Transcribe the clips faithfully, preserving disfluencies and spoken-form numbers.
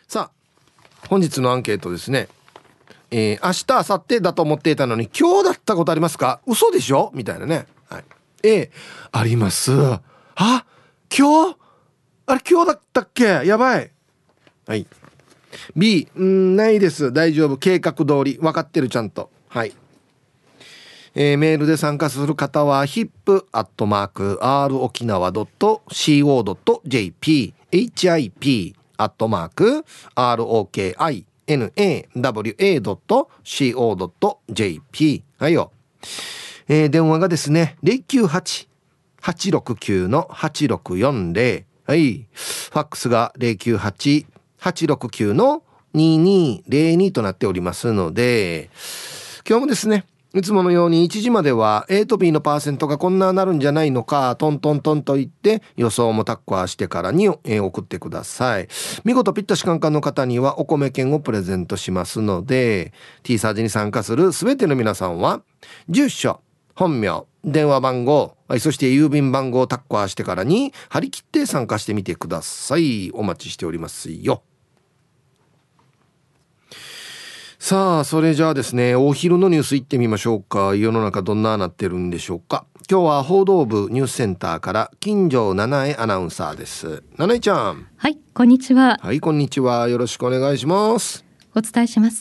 さあ本日のアンケートですね、えー、明日明後日だと思っていたのに今日だったことありますか？嘘でしょみたいなね、はい、A あります。あ、今日あれ今日だったっけ、やばい。はい。 B んないです、大丈夫、計画通り分かってるちゃんと。はい、えー、メールで参加する方は ヒップ アットマーク アール 沖縄 ドット シーオー ドット ジェーピー ヒップ アットマーク アール オーケーアイエヌエーダブリューエー ドット シーオー ドット ジェーピー はいよ、えー、電話がですね ゼロきゅうはち はちろくきゅう はちろくよんゼロ、はい、ファックスが ゼロきゅうはち はちろくきゅう ににゼロにとなっておりますので、今日もですねいつものようにいちじまでは A と B のパーセントがこんななるんじゃないのかトントントンと言って予想もタッカーしてからに送ってください。見事ピッタシカンカンの方にはお米券をプレゼントしますので、 T サージに参加するすべての皆さんは住所、本名、電話番号、そして郵便番号をタッカーしてからに張り切って参加してみてください。お待ちしておりますよ。さあそれじゃあですね、お昼のニュース行ってみましょうか。世の中どんななってるんでしょうか。今日は報道部ニュースセンターから金城七重アナウンサーです。七重ちゃん。 はい、こんにちは。 はい、こんにちは、よろしくお願いします。 お伝えします。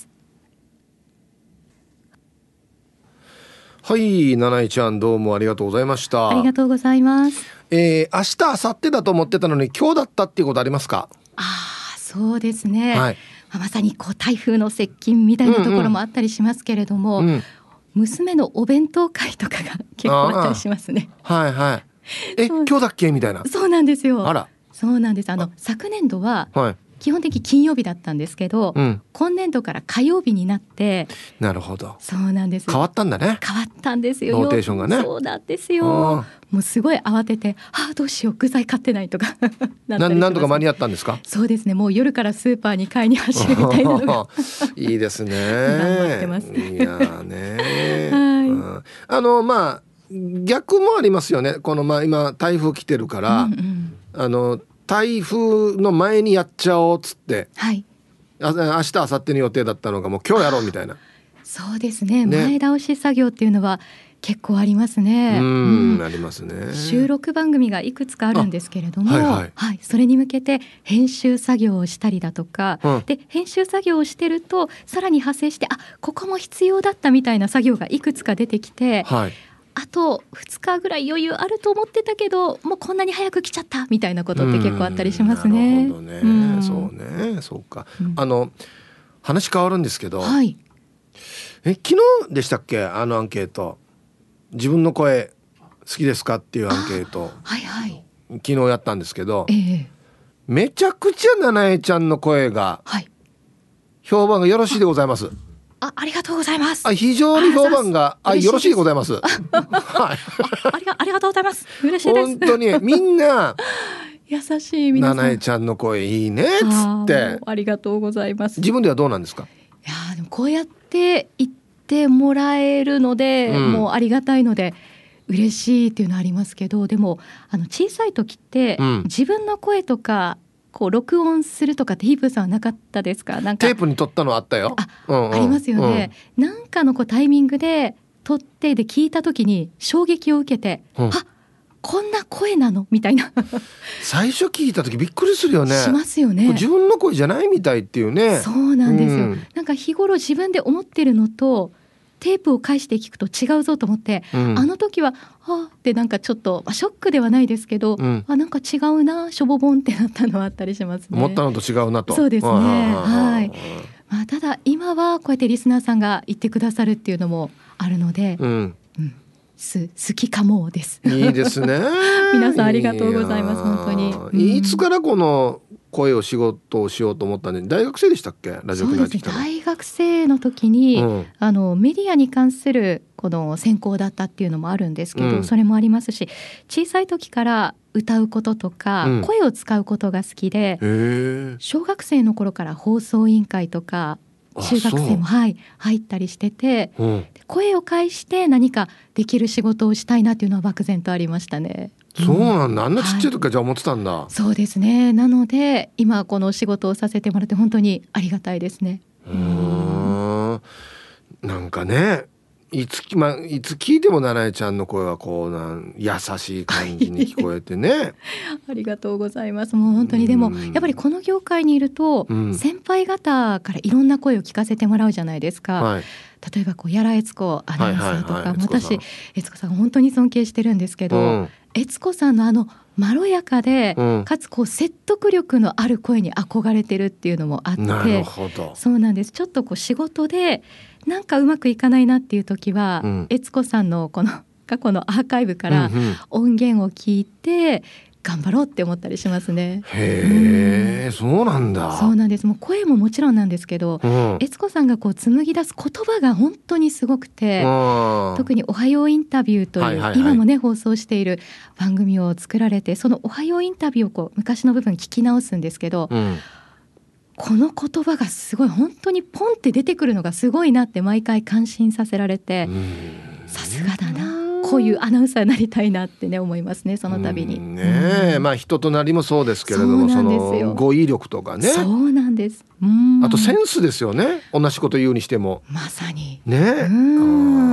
はい、七重ちゃんどうもありがとうございました。 ありがとうございます。 えー、明日明後日だと思ってたのに今日だったっていうことありますか？ ああ、そうですね、 はい、 まさにこう台風の接近みたいなところもあったりしますけれども、 うんうん、 娘のお弁当会とかが結構あったりしますね。 はいはい。え、今日だっけみたいな。 そうなんですよ。 あら、 そうなんです。あの昨年度は、 はい、 基本的金曜日だったんですけど、うん、今年度から火曜日になって。 なるほど、 そうなんです。 変わったんだね。 変わったんですよ、 ローテーションがね。 そうなんですよ。もうすごい慌てて、ああどうしよう具材買ってないとかなったりします。 何とか間に合ったんですか？ そうですね、もう夜からスーパーに買いに走るみたいなのがいいですね。 頑張ってます。 いやね、 はい、うん、 あのまあ逆もありますよね。このまあ今台風来てるから、うんうん、あの台風の前にやっちゃおうっつって、はい、あ明日明後日の予定だったのがもう今日やろうみたいな。 そうです ね, ね前倒し作業っていうのは結構ありますね。 うん、うん、ありますね。 収録番組がいくつかあるんですけれども、はいはいはい、それに向けて編集作業をしたりだとか、うん、で編集作業をしてるとさらに派生して、あここも必要だったみたいな作業がいくつか出てきて、はい、あとふつかぐらい余裕あると思ってたけどもうこんなに早く来ちゃったみたいなことって結構あったりしますね。 なるほどね、うん、そうね、そうか、うん、あの話変わるんですけど、はい、え昨日でしたっけ、あのアンケート、自分の声好きですかっていうアンケート、はいはい、昨日やったんですけど、えー、めちゃくちゃ七重ちゃんの声が、はい、評判がよろしいでございます。 あ, ありがとうございます。 あ非常に評判があよろしいでございます。はい、 あ, あ, りがありがとうございます。嬉しいです。 本当にみんな優しい皆さん、 七重ちゃんの声いいねっつって。 あ, ありがとうございます。 自分ではどうなんですか？ いやでもこうやって言ってもらえるので、うん、もうありがたいので嬉しいっていうのはありますけど、でもあの小さい時って、うん、自分の声とかこう録音するとかってヒープさんはなかったですか？なんかテープに撮ったのあったよ。 あ,、 うんうん、 ありますよね、うん、なんかのこうタイミングで撮ってで聞いた時に衝撃を受けて、うん、あこんな声なのみたいな最初聞いた時びっくりするよね。 しますよね。 自分の声じゃないみたいっていうね。 そうなんですよ、うん、なんか日頃自分で思ってるのとテープを返して聞くと違うぞと思って、うん、あの時はあってなんかちょっとショックではないですけど、うん、あなんか違うなしょぼぼんってなったのはあったりしますね。 思ったのと違うなと。 そうですね、はい、まあ、ただ今はこうやってリスナーさんが言ってくださるっていうのもあるので、うんうん、す好きかもです。 いいですね皆さんありがとうございます。本当に、うん、 いつからこの声を仕事をしようと思ったんで、大学生でしたっけ？ラジオ局に入ってきたの。 そうですね、大学生の時に、うん、あのメディアに関するこの専攻だったっていうのもあるんですけど、うん、それもありますし、小さい時から歌うこととか、うん、声を使うことが好きで、小学生の頃から放送委員会とか中学生も、はい、入ったりしてて、うん、声を介して何かできる仕事をしたいなっていうのは漠然とありましたね。 そうなんだ、あんなちっちゃい時からじゃあ思ってたんだ、 はい、そうですね。なので今この仕事をさせてもらって本当にありがたいですね。 うーん、なんかね、いつ,、まあ、いつ聞いても七重ちゃんの声はこうなん優しい感じに聞こえてねありがとうございます。もう本当にでもやっぱりこの業界にいると、うん、先輩方からいろんな声を聞かせてもらうじゃないですか、はい、例えばこう矢良悦子アナウンサーとか、はいはいはい、私悦子さん本当に尊敬してるんですけど、うん、悦子さんのあのまろやかで、うん、かつこう説得力のある声に憧れてるっていうのもあって、 なるほど、 そうなんです。ちょっとこう仕事でなんかうまくいかないなっていう時は、うん、悦子さんのこの過去のアーカイブから音源を聞いて頑張ろうって思ったりしますね。 へえ、うん、そうなんだ。 そうなんです。もう声ももちろんなんですけど、うん、悦子さんがこう紡ぎ出す言葉が本当にすごくて、特におはようインタビューという、はいはいはい、今もね放送している番組を作られて、そのおはようインタビューをこう昔の部分聞き直すんですけど、うん、この言葉がすごい本当にポンって出てくるのがすごいなって毎回感心させられて、さすがだな、こういうアナウンサーになりたいなってね思いますね、その度に。 ねえ、うん、まあ人となりもそうですけれども、その語彙力とかね、 そうなんです。うん、 あとセンスですよね、同じこと言うにしても。 まさにねえ、うん、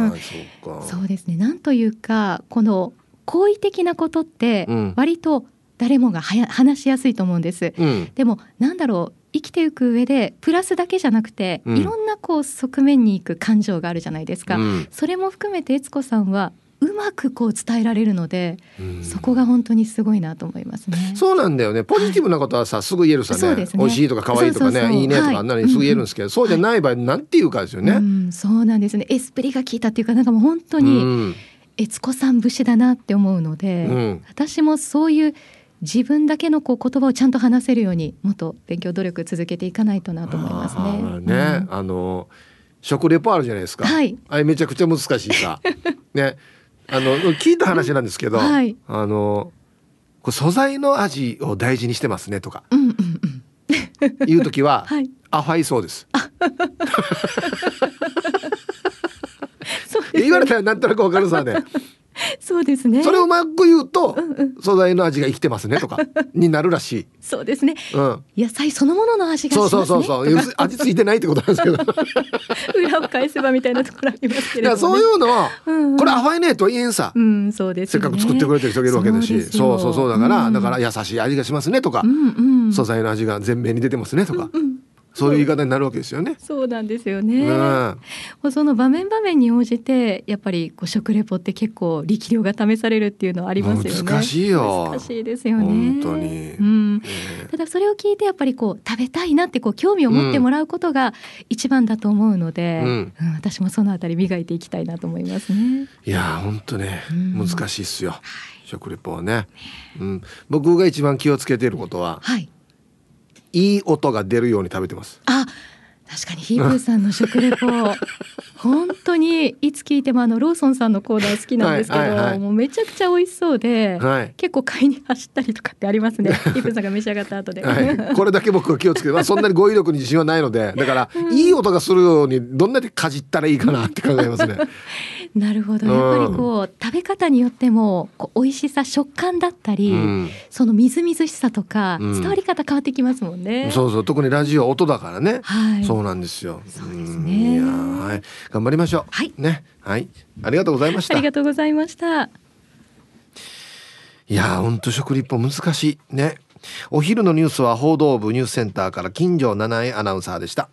あ、そうか、 そうですね。なんというかこの好意的なことって割と誰もがはや話しやすいと思うんです、うん、でもなんだろう、生きていく上でプラスだけじゃなくて、うん、いろんなこう側面に行く感情があるじゃないですか、うん、それも含めて悦子さんはうまくこう伝えられるので、うん、そこが本当にすごいなと思いますね。 そうなんだよね。ポジティブなことはさ、はい、すぐ言えるさね、ね、美味しいとか可愛いとかね、そうそうそう、いいねとか、はい、あんなにすぐ言えるんですけど、うん、そうじゃない場合なんていうかですよね、うん、 そうなんですね。エスプリが効いたっていうか、なんかもう本当に悦子さん節だなって思うので、うん、私もそういう自分だけのこう言葉をちゃんと話せるようにもっと勉強努力続けていかないとなと思いますね。 あね、うん、あの食レポあるじゃないですか、はい、あれめちゃくちゃ難しいさね、あの聞いた話なんですけど、はい、あのこれ素材の味を大事にしてますねとか、うんうんうん、いう時は、はい、アファイそうですそうですね、言われたらなんとなく分かるさねそうですね。 それをうまく言うと、うんうん、素材の味が生きてますねとかになるらしい。 そうですね、うん、野菜そのものの味がしますね。 そうそうそうそう、味ついてないってことなんですけど裏を返せばみたいなところありますけれども、ね、 そういうのは、うんうん、これアファイねとは言えんさ、 うん、そうですね、 せっかく作ってくれてる人がいるわけだし、そうそうそうだから、うん、だから優しい味がしますねとか、うんうん、素材の味が全面に出てますねとか、うんうん、そういう言い方になるわけですよね。 そうなんですよね、うん、もうその場面場面に応じてやっぱりこう食レポって結構力量が試されるっていうのはありますよね。 難しいよ、 難しいですよね、 本当に、 うん、えー、ただそれを聞いてやっぱりこう食べたいなってこう興味を持ってもらうことが一番だと思うので、うんうん、私もそのあたり磨いていきたいなと思いますね。 いや本当ね、うん、難しいっすよ、食レポはね、うん、僕が一番気をつけていることは、はい、いい音が出るように食べてます。 あ、確かにヒープーさんの食レポ本当にいつ聞いてもあのローソンさんのコーナー好きなんですけど、はいはいはい、もうめちゃくちゃ美味しそうで、はい、結構買いに走ったりとかってありますねヒープーさんが召し上がった後で、 はい、これだけ僕は気をつけて、まあ、そんなに語彙力に自信はないので、だから、うん、いい音がするようにどんなにかじったらいいかなって考えますねなるほど、やっぱりこう、うん、食べ方によってもこう美味しさ食感だったり、うん、そのみずみずしさとか、うん、伝わり方変わってきますもんね。 そうそう、特にラジオ音だからね、はい、そうなんですよ。 そうですね、いや、 はい、頑張りましょう、はいね、はい、ありがとうございました。 ありがとうございました。 いや本当食リポ難しいね。お昼のニュースは報道部ニュースセンターから金城七重アナウンサーでした。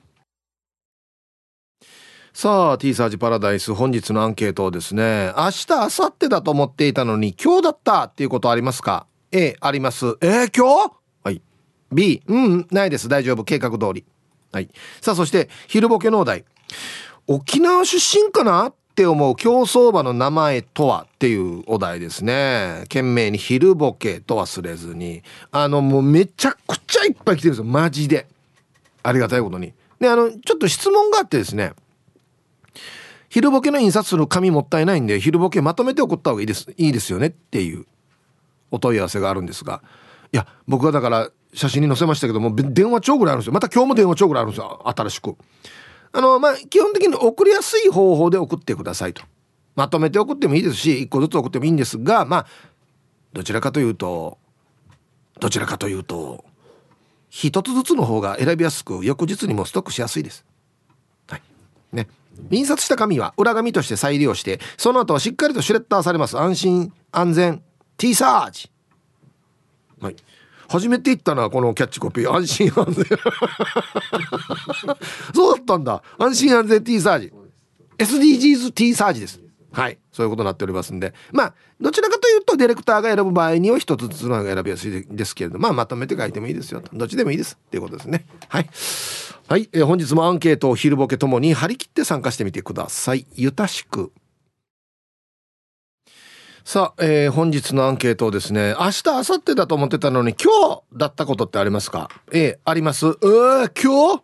さあ T サージパラダイス、本日のアンケートをですね、明日明後日だと思っていたのに今日だったっていうことありますか？ A あります。えー、今日？はい。 B うんないです、大丈夫、計画通り。はい。さあそして昼ボケのお題、沖縄出身かなって思う競走馬の名前とはっていうお題ですね。懸命に昼ボケと忘れずに、あのもうめちゃくちゃいっぱい来てるんですよ、マジでありがたいことに。で、あのちょっと質問があってですね、昼ボケの印刷する紙もったいないんで昼ボケまとめて送った方がいいですいいですよねっていうお問い合わせがあるんですが、いや僕はだから写真に載せましたけども、電話帳ぐらいあるんですよ。また今日も電話帳ぐらいあるんですよ、新しく。あのまあ基本的に送りやすい方法で送ってくださいと。まとめて送ってもいいですし、いっこずつ送ってもいいんですが、まあどちらかというとどちらかというと一つずつの方が選びやすく翌日にもストックしやすいです。はいね、印刷した紙は裏紙として再利用してその後はしっかりとシュレッダーされます。安心安全 T サージ。はい、初めて言ったなこのキャッチコピー。安心安全そうだったんだ。安心安全 T サージ エスディージーズ T サージです。はい、そういうことになっておりますんで、まあどちらかというとディレクターが選ぶ場合には一つずつの方が選びやすいですけれど、まあまとめて書いてもいいですよと。どっちでもいいですっていうことですね。はいはい、えー、本日もアンケートを昼ボケともに張り切って参加してみてください。ゆたしく。さあ、えー、本日のアンケートをですね、明日明後日だと思ってたのに今日だったことってありますか？ A あります。うー今日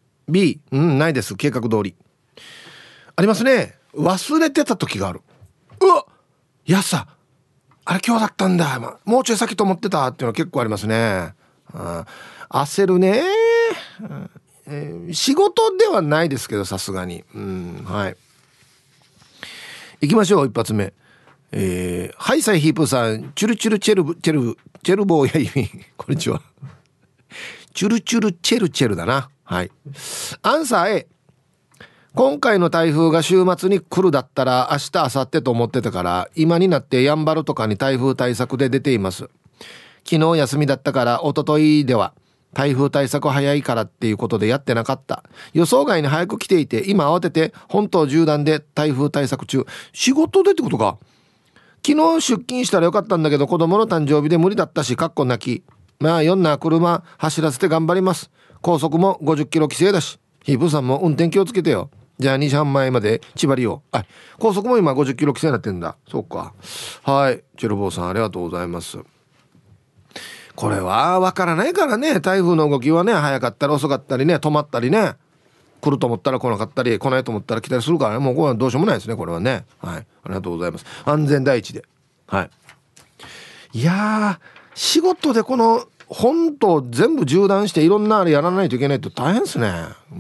B うんないです。計画通り。ありますね。忘れてた時がある。うわやさあれ今日だったんだ、まあ、もうちょい先と思ってたっていうのは結構ありますね。あ焦るね、うんえー、仕事ではないですけどさすがに、うん、はい行きましょう。一発目、えー、ハイサイヒープさん、チュルチュルチェルチェルチェルボーやゆみこんにちは。チュルチュルチェルチェルだな。はい、アンサー A。今回の台風が週末に来るだったら明日明後日と思ってたから今になってやんばるとかに台風対策で出ています。昨日休みだったから一昨日では台風対策早いからっていうことでやってなかった。予想外に早く来ていて今慌てて本島縦断で台風対策中。仕事でってことか。昨日出勤したらよかったんだけど子供の誕生日で無理だったしかっこ泣き。まあよんな車走らせて頑張ります。高速もごじゅっキロ規制だしヒープさんも運転気をつけてよ。じゃあにじはん前まで千葉利用。あ、高速も今ごじゅっキロ規制になってんだ。そうか。はい、チェルボーさんありがとうございます。これはわからないからね。台風の動きはね、早かったり遅かったりね、止まったりね、来ると思ったら来なかったり、来ないと思ったら来たりするからね。もうこれはどうしようもないですね、これはね。はい、ありがとうございます。安全第一で。はい。いやー、仕事でこの本島全部縦断していろんなあれやらないといけないと大変ですね。うん。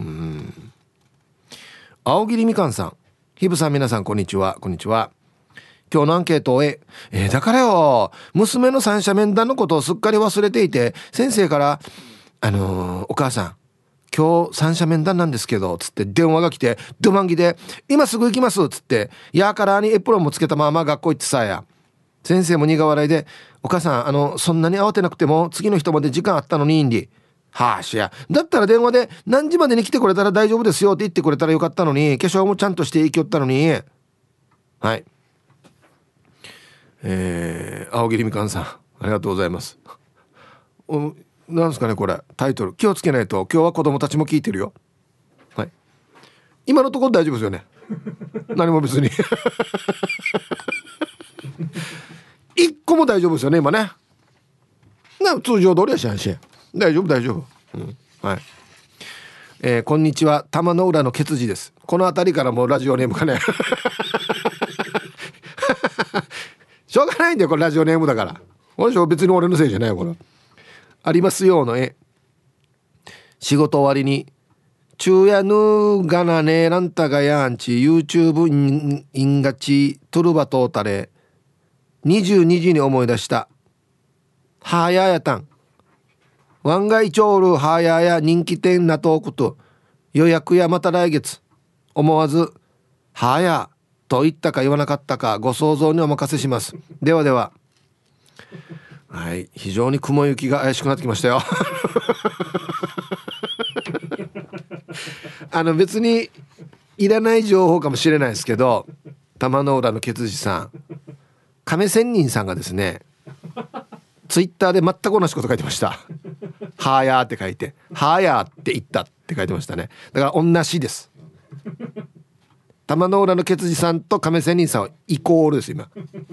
青桐みかんさん、ひぶさん、皆さんこんにちは。こんにちは。今日のアンケートをええー、だからよ、娘の三者面談のことをすっかり忘れていて、先生からあのー、お母さん今日三者面談なんですけどつって電話が来て、ドマンギで今すぐ行きますつってやーからにエプロンもつけたまま学校行ってさや。先生も苦笑いで、お母さんあのそんなに慌てなくても次の人まで時間あったのにいいんで。はあしや、だったら電話で何時までに来てくれたら大丈夫ですよって言ってくれたらよかったのに、化粧もちゃんとして行きよったのに。はい、えー、青桐みかんさんありがとうございます。おなんですかねこれタイトル、気をつけないと今日は子供たちも聞いてるよ。はい、今のところ大丈夫ですよね。何も別に一個も大丈夫ですよね今ね。な通常通りはしないし大丈夫大丈夫、うん、はい、えー、こんにちは、玉の浦のケツジです。この辺りからもうラジオネームかねしょうがないんだよこれラジオネームだから。別に俺のせいじゃないよこれ。ありますよの絵。仕事終わりに昼夜ぬがなねランタガヤンチ YouTube インガチトゥルバトータレにじゅうにじに思い出したはややたんワンガイチョールはやや人気店なトークと予約やまた来月。思わずはやと言ったか言わなかったかご想像にお任せします。ではでは。はい、非常に雲行きが怪しくなってきましたよあの別にいらない情報かもしれないですけど、玉の浦のケツジさん、亀仙人さんがですねツイッターで全く同じこと書いてました。はやーって書いて、はやーって言ったって書いてましたね。だから同じです。玉の浦のケツジさんと亀仙人さんはイコールです今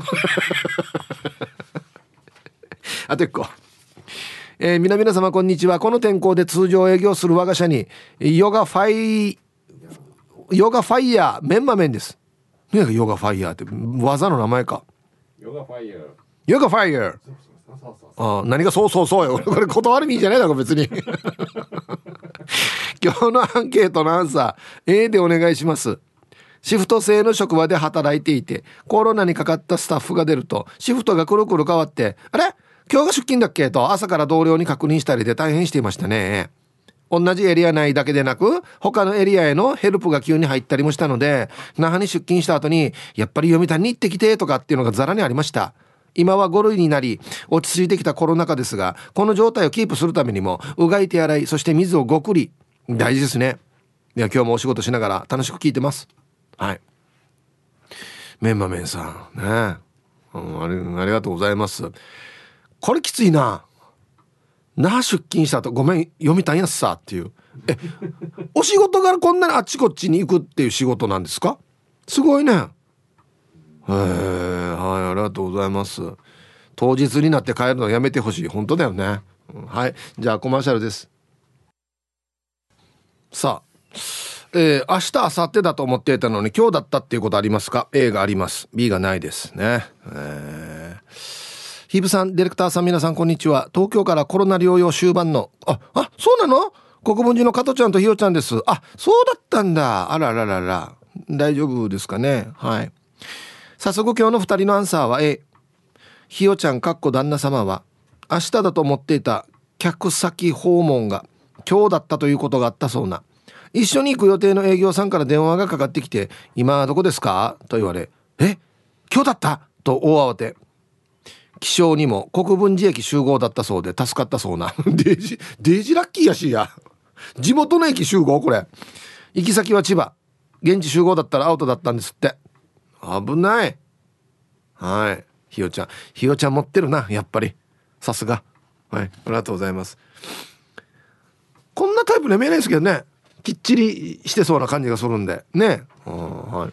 あと一個、えー、皆々様こんにちは。この天候で通常営業する我が社にヨガファイヨガファイヤーメンマメンです。何がヨガファイヤーって技の名前か。 ヨガファイヤーヨガファイヤー。ああ、何がそうそうそうよこれ断る意味じゃないだろ別に今日のアンケートのアンサー A でお願いします。 シフト制の職場で働いていて、コロナにかかったスタッフが出るとシフトがくるくる変わって、あれ今日が出勤だっけと朝から同僚に確認したりで大変していましたね。同じエリア内だけでなく他のエリアへのヘルプが急に入ったりもしたので、那覇に出勤した後にやっぱり読谷に行ってきてとかっていうのがザラにありました。今はご類になり落ち着いてきたコロナ禍ですが、この状態をキープするためにもうがい手洗い、そして水をごくり大事ですね。いや今日もお仕事しながら楽しく聞いてます。はい、メンマメンさんね、うん、あり、ありがとうございます。これきついな。那覇出勤した後ごめん読みたいやつさっていう、えお仕事からこんなにあっちこっちに行くっていう仕事なんですか？すごいね。へえ、はい、ありがとうございます。当日になって帰るのやめてほしい。本当だよね、うん、はい、じゃあコマーシャルです。さあ、えー、明日明後日だと思っていたのに今日だったっていうことありますか？ A があります、 B がないですね。えーヒープさん、ディレクターさん、皆さんこんにちは。東京からコロナ療養終盤のああそうなの国分寺の加トちゃんとひよちゃんです。あ、そうだったんだ。あらららら、大丈夫ですかね。はい、早速今日のふたりのアンサーは A。 ひよちゃんかっこ旦那様は明日だと思っていた客先訪問が今日だったということがあったそうな。一緒に行く予定の営業さんから電話がかかってきて、今どこですかと言われ、え今日だったと大慌て。気象にも国分寺駅集合だったそうで助かったそうな。デージデージラッキーやしや。地元の駅集合、これ行き先は千葉、現地集合だったらアウトだったんですって。危ない。はい、ひよちゃんひよちゃん持ってるな、やっぱりさすが。はい、ありがとうございます。こんなタイプで見えないですけどね、きっちりしてそうな感じがするんでね。はい、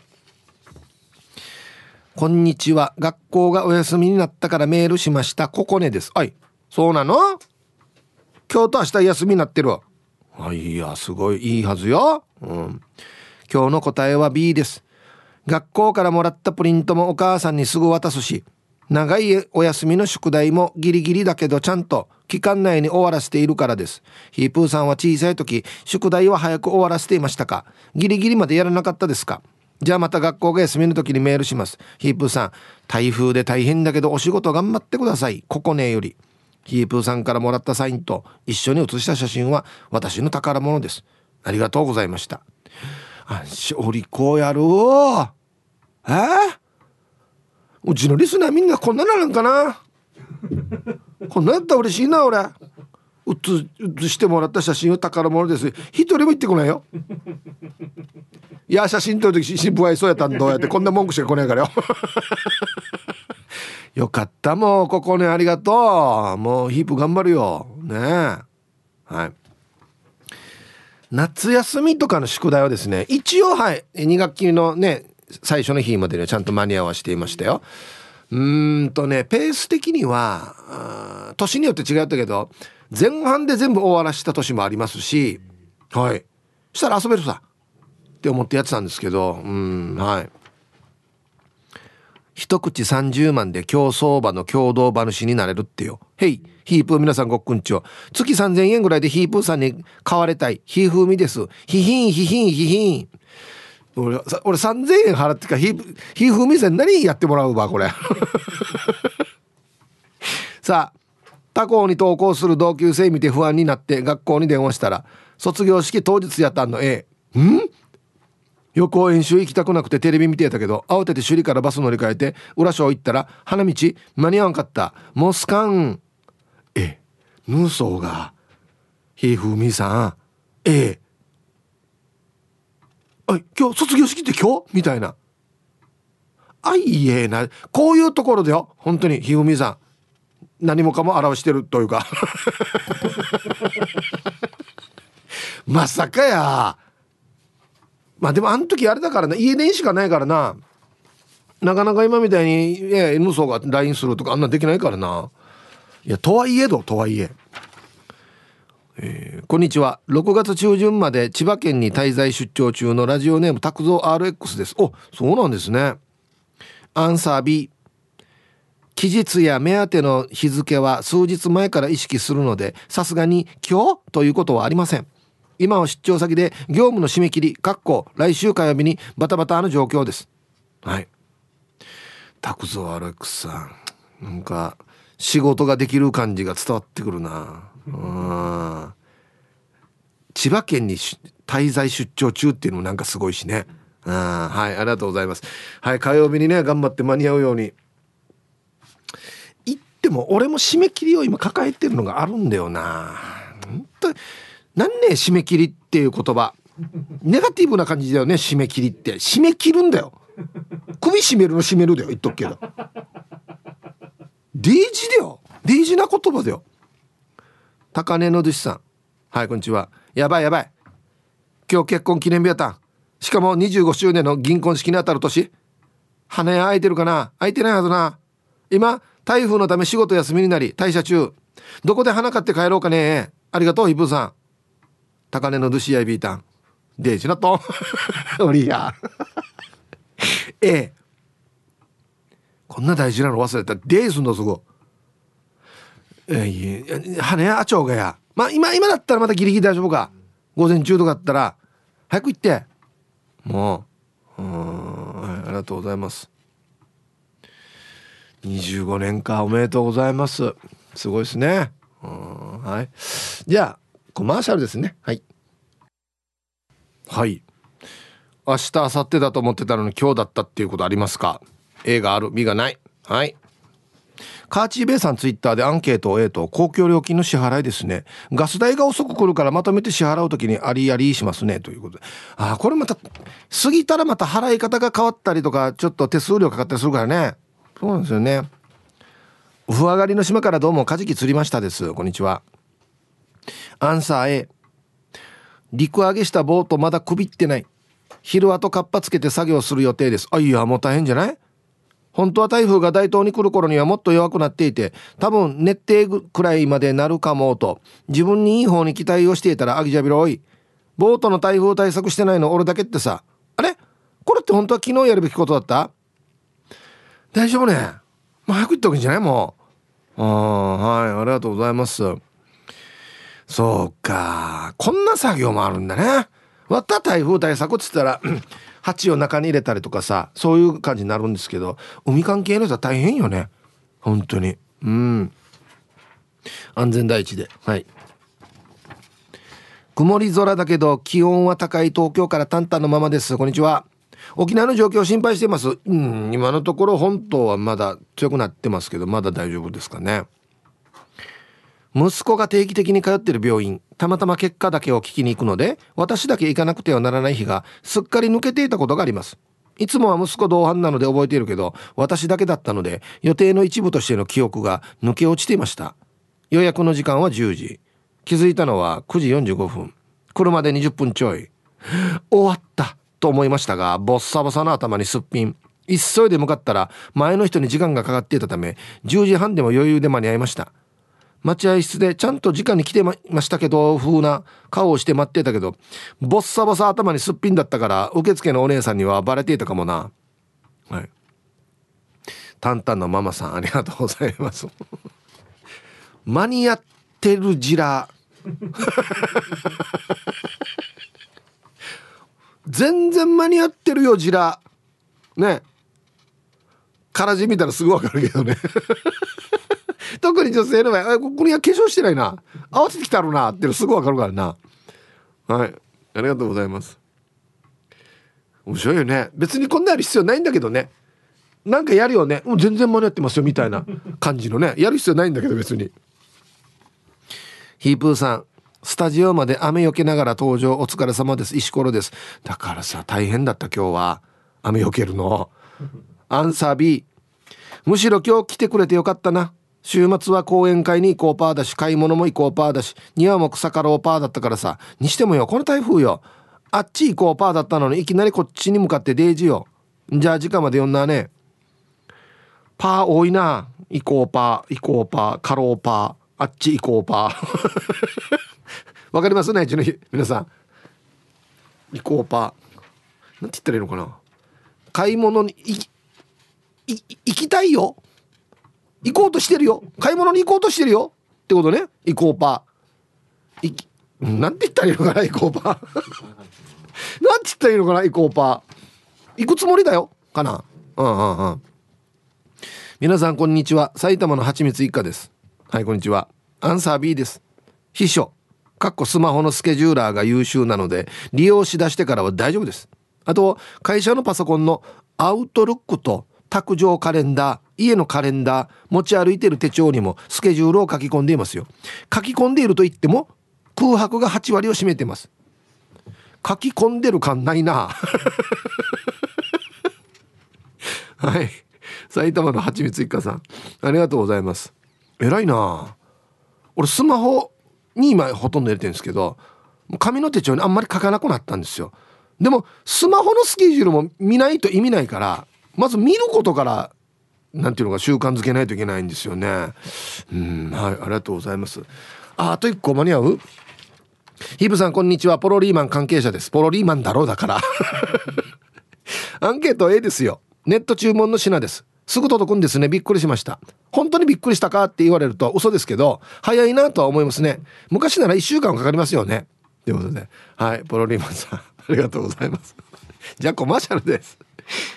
こんにちは。学校がお休みになったからメールしました。ここねです。はい。そうなの？今日と明日休みになってるわ。はい、いや、すごいいいはずよ。うん。今日の答えは B です。学校からもらったプリントもお母さんにすぐ渡すし、長いお休みの宿題もギリギリだけどちゃんと期間内に終わらせているからです。ヒープーさんは小さい時、宿題は早く終わらせていましたか？ギリギリまでやらなかったですか？じゃあまた学校が休みの時にメールします。ヒープーさん、台風で大変だけどお仕事頑張ってください。ここねより。ヒープーさんからもらったサインと一緒に写した写真は私の宝物です。ありがとうございました。あ、お利口やるー。えー、うちのリスナーみんなこんななんかな。こんなやったら嬉しいな。俺写写してもらった写真は宝物です。一人も言ってこないよ。いや写真撮る時新聞愛そうやったんどうやってこんな文句しか来ないからよ。よかった、もうここね、ありがとう。もうヒープ頑張るよね。はい、夏休みとかの宿題はですね、一応はいに学期のね最初の日までねちゃんと間に合わせていましたよ。うーんとねペース的には年によって違ったけど前半で全部終わらせた年もありますし、はいしたら遊べるさって思ってやってたんですけど、うん、はい、一口さんじゅうまんで競走馬の共同馬主になれるってよ。へいヒープー皆さんごっくんちょ。月さんぜんえんぐらいでヒープーさんに買われたいヒーフーミです。ヒヒンヒヒンヒヒン。俺, 俺さんぜんえん払ってかヒープヒーフーミさん何やってもらうばこれ。さあ他校に登校する同級生見て不安になって学校に電話したら卒業式当日やったんの A。 ん予行演習行きたくなくてテレビ見てたけど慌てて首里からバス乗り換えて浦小行ったら花道間に合わんかった。もうスカンえヌーソーがひふみさんえあ今日卒業式って今日みたいな。あいえな、こういうところでよ本当にひふみさん何もかも表してるというか。まさかや。まあでもあの時あれだからな、家電しかないからな、なかなか今みたいに N 層が ライン するとかあんなできないからな。いやとはいえどとはいええー、こんにちは。ろくがつ中旬まで千葉県に滞在出張中のラジオネーム拓蔵 アールエックス です。お、そうなんですね。アンサー B。 期日や目当ての日付は数日前から意識するのでさすがに今日ということはありません。 今は出張先で業務の締め切りかっこ来週火曜日にバタバタの状況です。はい。拓蔵アレックスさん、なんか仕事ができる感じが伝わってくるな。うん、千葉県に滞在出張中っていうのもなんかすごいしね。あ、はい、ありがとうございます。はい、火曜日にね頑張って間に合うように。言っても俺も締め切りを今抱えてるのがあるんだよな。本当になんね締め切りっていう言葉ネガティブな感じだよね。締め切りって締め切るんだよ。首締めるの締めるだよ言っとくけど。デイジだよ。デイジな言葉だよ。高根の寿司さん、はいこんにちは。やばいやばい、今日結婚記念日やったん。しかもにじゅうごしゅうねんの銀婚式にあたる年。花屋空いてるかな。空いてないはずな。今台風のため仕事休みになり退社中。どこで花買って帰ろうかね。ありがとうイブさん。高根の寿司屋ビータンデージなとおりやええ、こんな大事なの忘れた。デースのすごえい花屋あちょうがや。まあ今今だったらまたギリギリ大丈夫か。午前中とかだったら早く行ってもう、うーん、はい、ありがとうございます。にじゅうごねんか、おめでとうございます。すごいですね。うん、はい。じゃあコマーシャルですね。はいはい。明日明後日だと思ってたのに今日だったっていうことありますか。 A がある B がない。はい。カーチーベイさんツイッターでアンケートを A と公共料金の支払いですね。ガス代が遅く来るからまとめて支払うときにありありしますねということで、ああこれまた過ぎたらまた払い方が変わったりとかちょっと手数料かかったりするからね。そうなんですよね。ふ上がりの島からどうもカジキ釣りましたです。こんにちは。アンサー A、 陸揚げしたボートまだくびってない。昼後カッパつけて作業する予定です。あいやもう大変じゃない。本当は台風が大東に来る頃にはもっと弱くなっていて多分熱帯くらいまでなるかもと自分にいい方に期待をしていたら、あぎじゃびろい、ボートの台風対策してないの俺だけってさ。あれこれって本当は昨日やるべきことだった。大丈夫ね。もう早く言ったわけじゃない。もうあ、はい、ありがとうございます。そうか、こんな作業もあるんだね。わった台風対策っつったら鉢を中に入れたりとかさ、そういう感じになるんですけど、海関係の人は大変よね本当に。うん、安全第一で。はい。曇り空だけど気温は高い東京からタンタンのままです。こんにちは。沖縄の状況を心配しています。うん、今のところ本島はまだ強くなってますけどまだ大丈夫ですかね。息子が定期的に通っている病院、たまたま結果だけを聞きに行くので私だけ行かなくてはならない日がすっかり抜けていたことがあります。いつもは息子同伴なので覚えているけど私だけだったので予定の一部としての記憶が抜け落ちていました。予約の時間はじゅうじ、気づいたのはくじよんじゅうごふん、車でにじゅっぷんちょい。終わったと思いましたがボッサボサの頭にすっぴん。急いで向かったら前の人に時間がかかっていたためじゅうじはんでも余裕で間に合いました。待合室でちゃんと時間に来てましたけど風な顔をして待ってたけどボッサボサ頭にすっぴんだったから受付のお姉さんにはバレていたかもな。はい。タンタンのママさんありがとうございます間に合ってるジラ全然間に合ってるよジラね。からじ見たらすぐわかるけどね特に女性の場合、ここには化粧してないな、合わせてきたろうなっていうのすぐわかるからな。はい、ありがとうございます。面白いよね。別にこんなやる必要ないんだけどね。なんかやるよね、もう全然間に合ってますよみたいな感じのね、やる必要ないんだけど別に。ヒープーさん、スタジオまで雨よけながら登場お疲れ様です。石ころです。だからさ大変だった今日は雨よけるのアンサー B、 むしろ今日来てくれてよかったな。週末は講演会に行こうパーだし買い物も行こうパーだし庭も草刈ろうパーだったからさ。にしてもよこの台風よ、あっち行こうパーだったのにいきなりこっちに向かってデージよ。じゃあ時間まで読んだね。パー多いな。行こうパー行こうパー刈ろうパーあっち行こうパーわかりますねうちの皆さん。行こうパーなんて言ったらいいのかな。買い物にいい行きたいよ、行こうとしてるよ、買い物に行こうとしてるよってことね。行こうパーいなんて言ったらいいのかな、エコーパーなんて言ったらいいのかな、エコーパー行くつもりだよかな。うんうんうん。皆さんこんにちは、埼玉のはちみつ一家です。はい、こんにちは。アンサー B です。秘書かっこスマホのスケジューラーが優秀なので利用しだしてからは大丈夫です。あと会社のパソコンのアウトルックと卓上カレンダー、家のカレンダー、持ち歩いている手帳にもスケジュールを書き込んでいますよ。書き込んでいると言っても空白がはち割を占めています。書き込んでる感ないなはい、埼玉のはちみつ一家さん、ありがとうございます。偉いな。俺スマホに今ほとんど入れてるんですけど、紙の手帳にあんまり書かなくなったんですよ。でもスマホのスケジュールも見ないと意味ないから、まず見ることからなんていうのか習慣づけないといけないんですよね。うん、はい、ありがとうございます。あ、あといっこ間に合う？ヒブさんこんにちは、ポロリーマン関係者です。ポロリーマンだろうだからアンケート A ですよ。ネット注文の品です。すぐ届くんですね。びっくりしました。本当にびっくりしたかって言われると嘘ですけど、早いなとは思いますね。昔ならいっしゅうかんかかりますよね。ということで、はい、ポロリーマンさんありがとうございますじゃあコマーシャルです。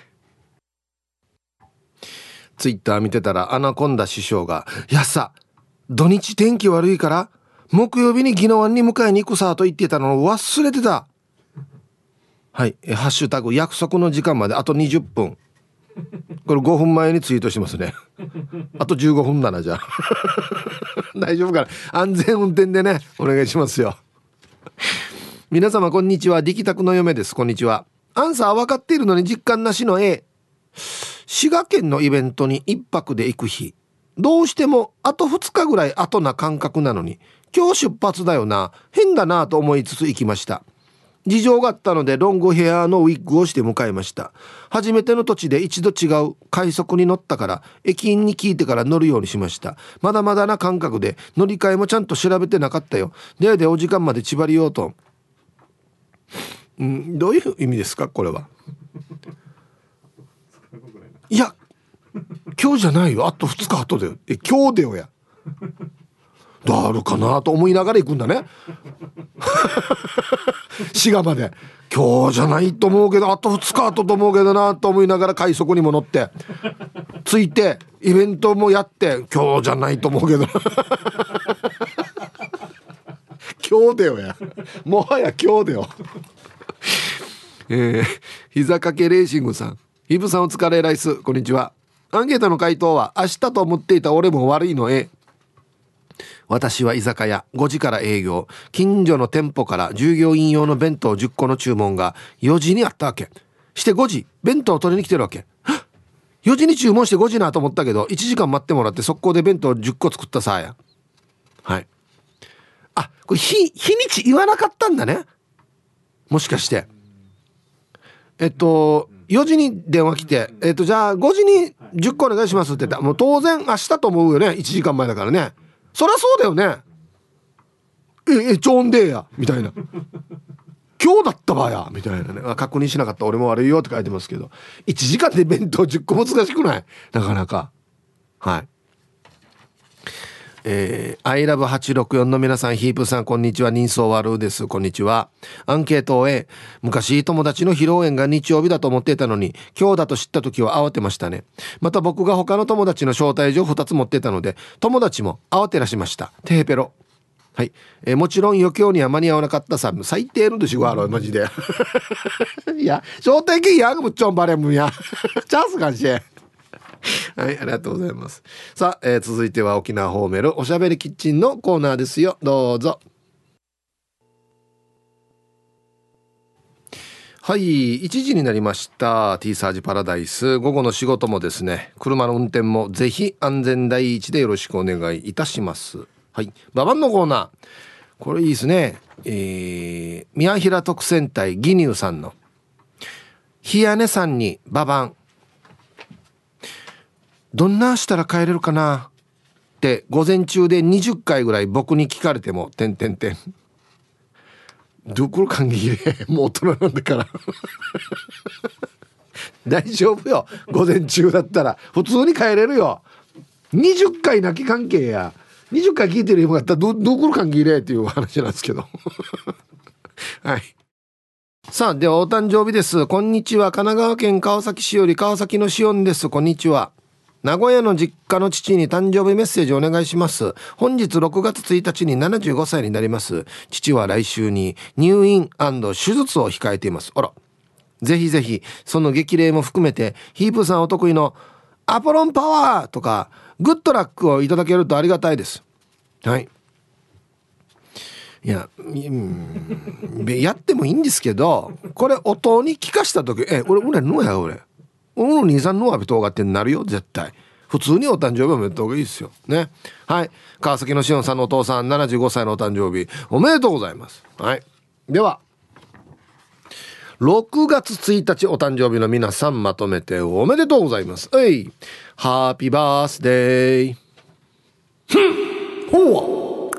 ツイッター見てたらアナコンダ師匠が、やっさ土日天気悪いから木曜日に宜野湾に迎えに行くさと言ってたのを忘れてた。はい、えハッシュタグ約束の時間まであとにじゅっぷん、これごふんまえにツイートしますねあとじゅうごふんだな、じゃあ大丈夫かな、安全運転でねお願いしますよ皆様こんにちは、力宅の嫁です。こんにちは。アンサー分かっているのに実感なしの A。 滋賀県のイベントに一泊で行く日、どうしてもあとふつかぐらい後な感覚なのに今日出発だよな、変だなと思いつつ行きました。事情があったのでロングヘアのウィッグをして迎えました。初めての土地で一度違う快速に乗ったから駅員に聞いてから乗るようにしました。まだまだな感覚で乗り換えもちゃんと調べてなかったよ。ででお時間まで縛りようと。んどういう意味ですかこれは。いや今日じゃないよ、あとふつか後だよ。え今日だよやだるかなと思いながら行くんだね滋賀まで。今日じゃないと思うけどあとふつか後と思うけどなと思いながら快速にも乗って着いてイベントもやって、今日じゃないと思うけど今日だよや、もはや今日だよえー、膝掛けレーシングさん、ヒブさんお疲れライス、こんにちは。アンケートの回答は明日と思っていた俺も悪いの A。私は居酒屋ごじから営業、近所の店舗から従業員用の弁当じゅっこの注文がよじにあったわけ。してごじ弁当を取りに来てるわけ。よじに注文してごじなと思ったけどいちじかん待ってもらって速攻で弁当じゅっこ作ったさや。はい、あ、これ日日にち言わなかったんだね、もしかして。えっとよじに電話来て、えっとじゃあごじにじゅっこお願いしますって言ったら、もう当然明日と思うよね、いちじかんまえだからね。そりゃそうだよね。ええちょんでやみたいな今日だったわやみたいなね。確認しなかった俺も悪いよって書いてますけど、いちじかんで弁当じゅっこ難しくない？なかなか。はい。えー、アイラブはちろくよんの皆さん、ヒープさんこんにちは、人相悪です。こんにちは。アンケートを A。 昔友達の披露宴が日曜日だと思っていたのに今日だと知った時は慌てましたね。また僕が他の友達の招待状ふたつ持っていたので友達も慌てらしました。テヘペロ。はい、えー、もちろん余興には間に合わなかったさ。最低のでしょあろマジでいや招待券やぶっちょんばれむやチャンスかしはい、ありがとうございます。さあ、えー、続いては沖縄ホーメルおしゃべりキッチンのコーナーですよ。どうぞ。はい、いちじになりました。 T サージパラダイス、午後の仕事もですね、車の運転もぜひ安全第一でよろしくお願いいたします。はい、ババンのコーナー、これいいですね。えー、宮平特選隊ギニューさんのひやねさんにババン、どんなしたら帰れるかなって午前中でにじゅっかいぐらい僕に聞かれてもてんてんてんどこの感激でもう大人なんだから大丈夫よ、午前中だったら普通に帰れるよ。にじゅっかい泣き関係やにじゅっかい聞いてるよかったらどどこる関係れっていう話なんですけどはい。さあではお誕生日です。こんにちは。神奈川県川崎市より川崎のしおんです。こんにちは。名古屋の実家の父に誕生日メッセージをお願いします。本日ろくがつついたちにななじゅうごさいになります。父は来週に入院&手術を控えています。あら、ぜひぜひその激励も含めてヒープさんお得意のアポロンパワーとかグッドラックをいただけるとありがたいです。はい。いや、うん、やってもいいんですけど、これ音に聞かした時、え、俺俺のや俺俺の兄さんのアビトがってなるよ絶対。普通にお誕生日おめでとうがいいですよね。はい。川崎のしおんさんのお父さんななじゅうごさいのお誕生日おめでとうございます。はい。ではろくがつついたちお誕生日の皆さんまとめておめでとうございます。えい、ハッピーバースデー。ふんほ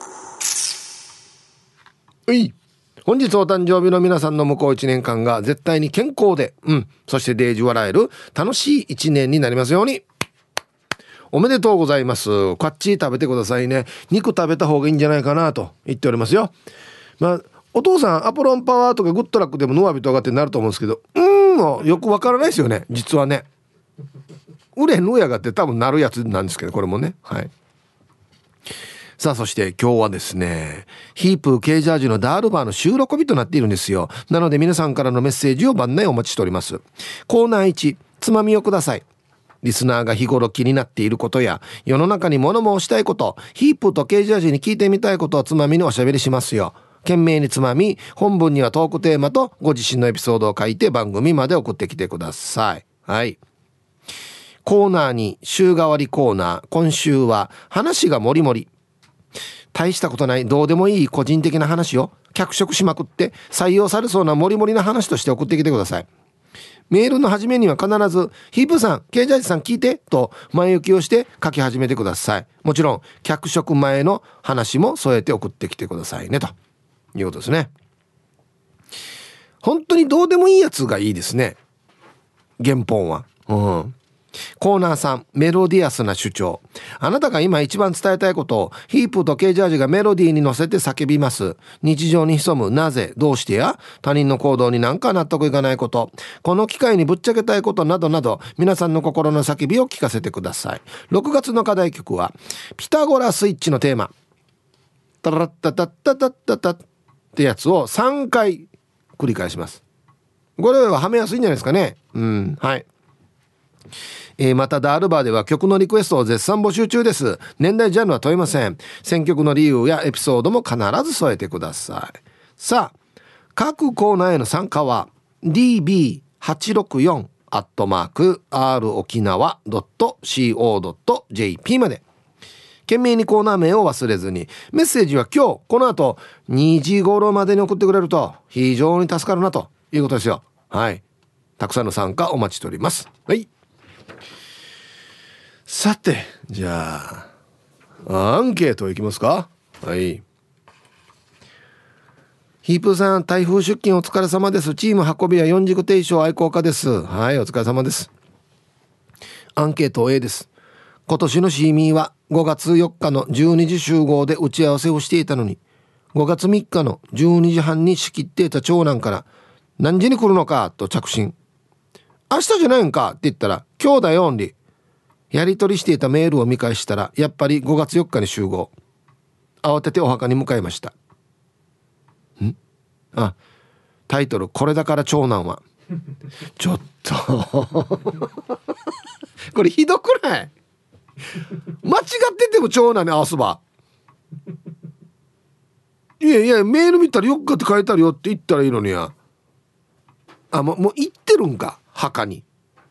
うい、本日お誕生日の皆さんの向こういちねんかんが絶対に健康で、うん、そしてデージ笑える楽しいいちねんになりますように。おめでとうございます。こっち食べてくださいね。肉食べた方がいいんじゃないかなと言っておりますよ。まあお父さんアポロンパワーとかグッドラックでもノアビトがってなると思うんですけど、うーんよくわからないですよね実はね。売れぬやがって多分なるやつなんですけど、これもね。はい。さあそして今日はですね、ヒープ K ジャージのダールバーの収録日となっているんですよ。なので皆さんからのメッセージを番内お待ちしております。コーナーいち、つまみをください。リスナーが日頃気になっていることや世の中に物申したいこと、ヒープと K ジャージに聞いてみたいことをつまみにおしゃべりしますよ。懸命につまみ、本文にはトークテーマとご自身のエピソードを書いて番組まで送ってきてください。はい。コーナーに週替わりコーナー、今週は話がもりもり。大したことないどうでもいい個人的な話を脚色しまくって採用されそうなもりもりな話として送ってきてください。メールの始めには必ずヒープさん、ケイジャージさん聞いてと前置きをして書き始めてください。もちろん脚色前の話も添えて送ってきてくださいねということですね。本当にどうでもいいやつがいいですね、原本は。うん。コーナーさん、メロディアスな主張。あなたが今一番伝えたいことをヒープと K ジャージがメロディーに乗せて叫びます。日常に潜むなぜ、どうしてや他人の行動になんか納得いかないこと、この機会にぶっちゃけたいことなどなど、皆さんの心の叫びを聞かせてください。ろくがつの課題曲はピタゴラスイッチのテーマタラッタタッタタッタタってやつをさんかい繰り返します。これははめやすいんじゃないですかね。うん、はい。えー、またダールバーでは曲のリクエストを絶賛募集中です。年代ジャンルは問いません。選曲の理由やエピソードも必ず添えてください。さあ各コーナーへの参加は ディービーはちろくよん アットマーク アール 沖縄 ドット シーオー ドット ジェーピー まで懸命にコーナー名を忘れずに、メッセージは今日この後にじ頃までに送ってくれると非常に助かるなということですよ。はい。たくさんの参加お待ちしております。はい。さてじゃあアンケートいきますか。はい。ヒープーさん、台風出勤お疲れ様です。チーム運びや四軸定称愛好家です。はい、お疲れ様です。アンケート A です。今年のシーミーはごがつよっかのじゅうにじ集合で打ち合わせをしていたのに、ごがつみっかのじゅうにじはんに仕切っていた長男から何時に来るのかと着信。明日じゃないんかって言ったら今日だよオンリー。やり取りしていたメールを見返したらやっぱりごがつよっかに集合。慌ててお墓に向かいました。んあ、タイトルこれだから長男はちょっとこれひどくない？間違ってても長男に合わすば。いやいやメール見たらよっかって書いてあるよって言ったらいいのにや。あ、もう、もう行ってるんか墓に。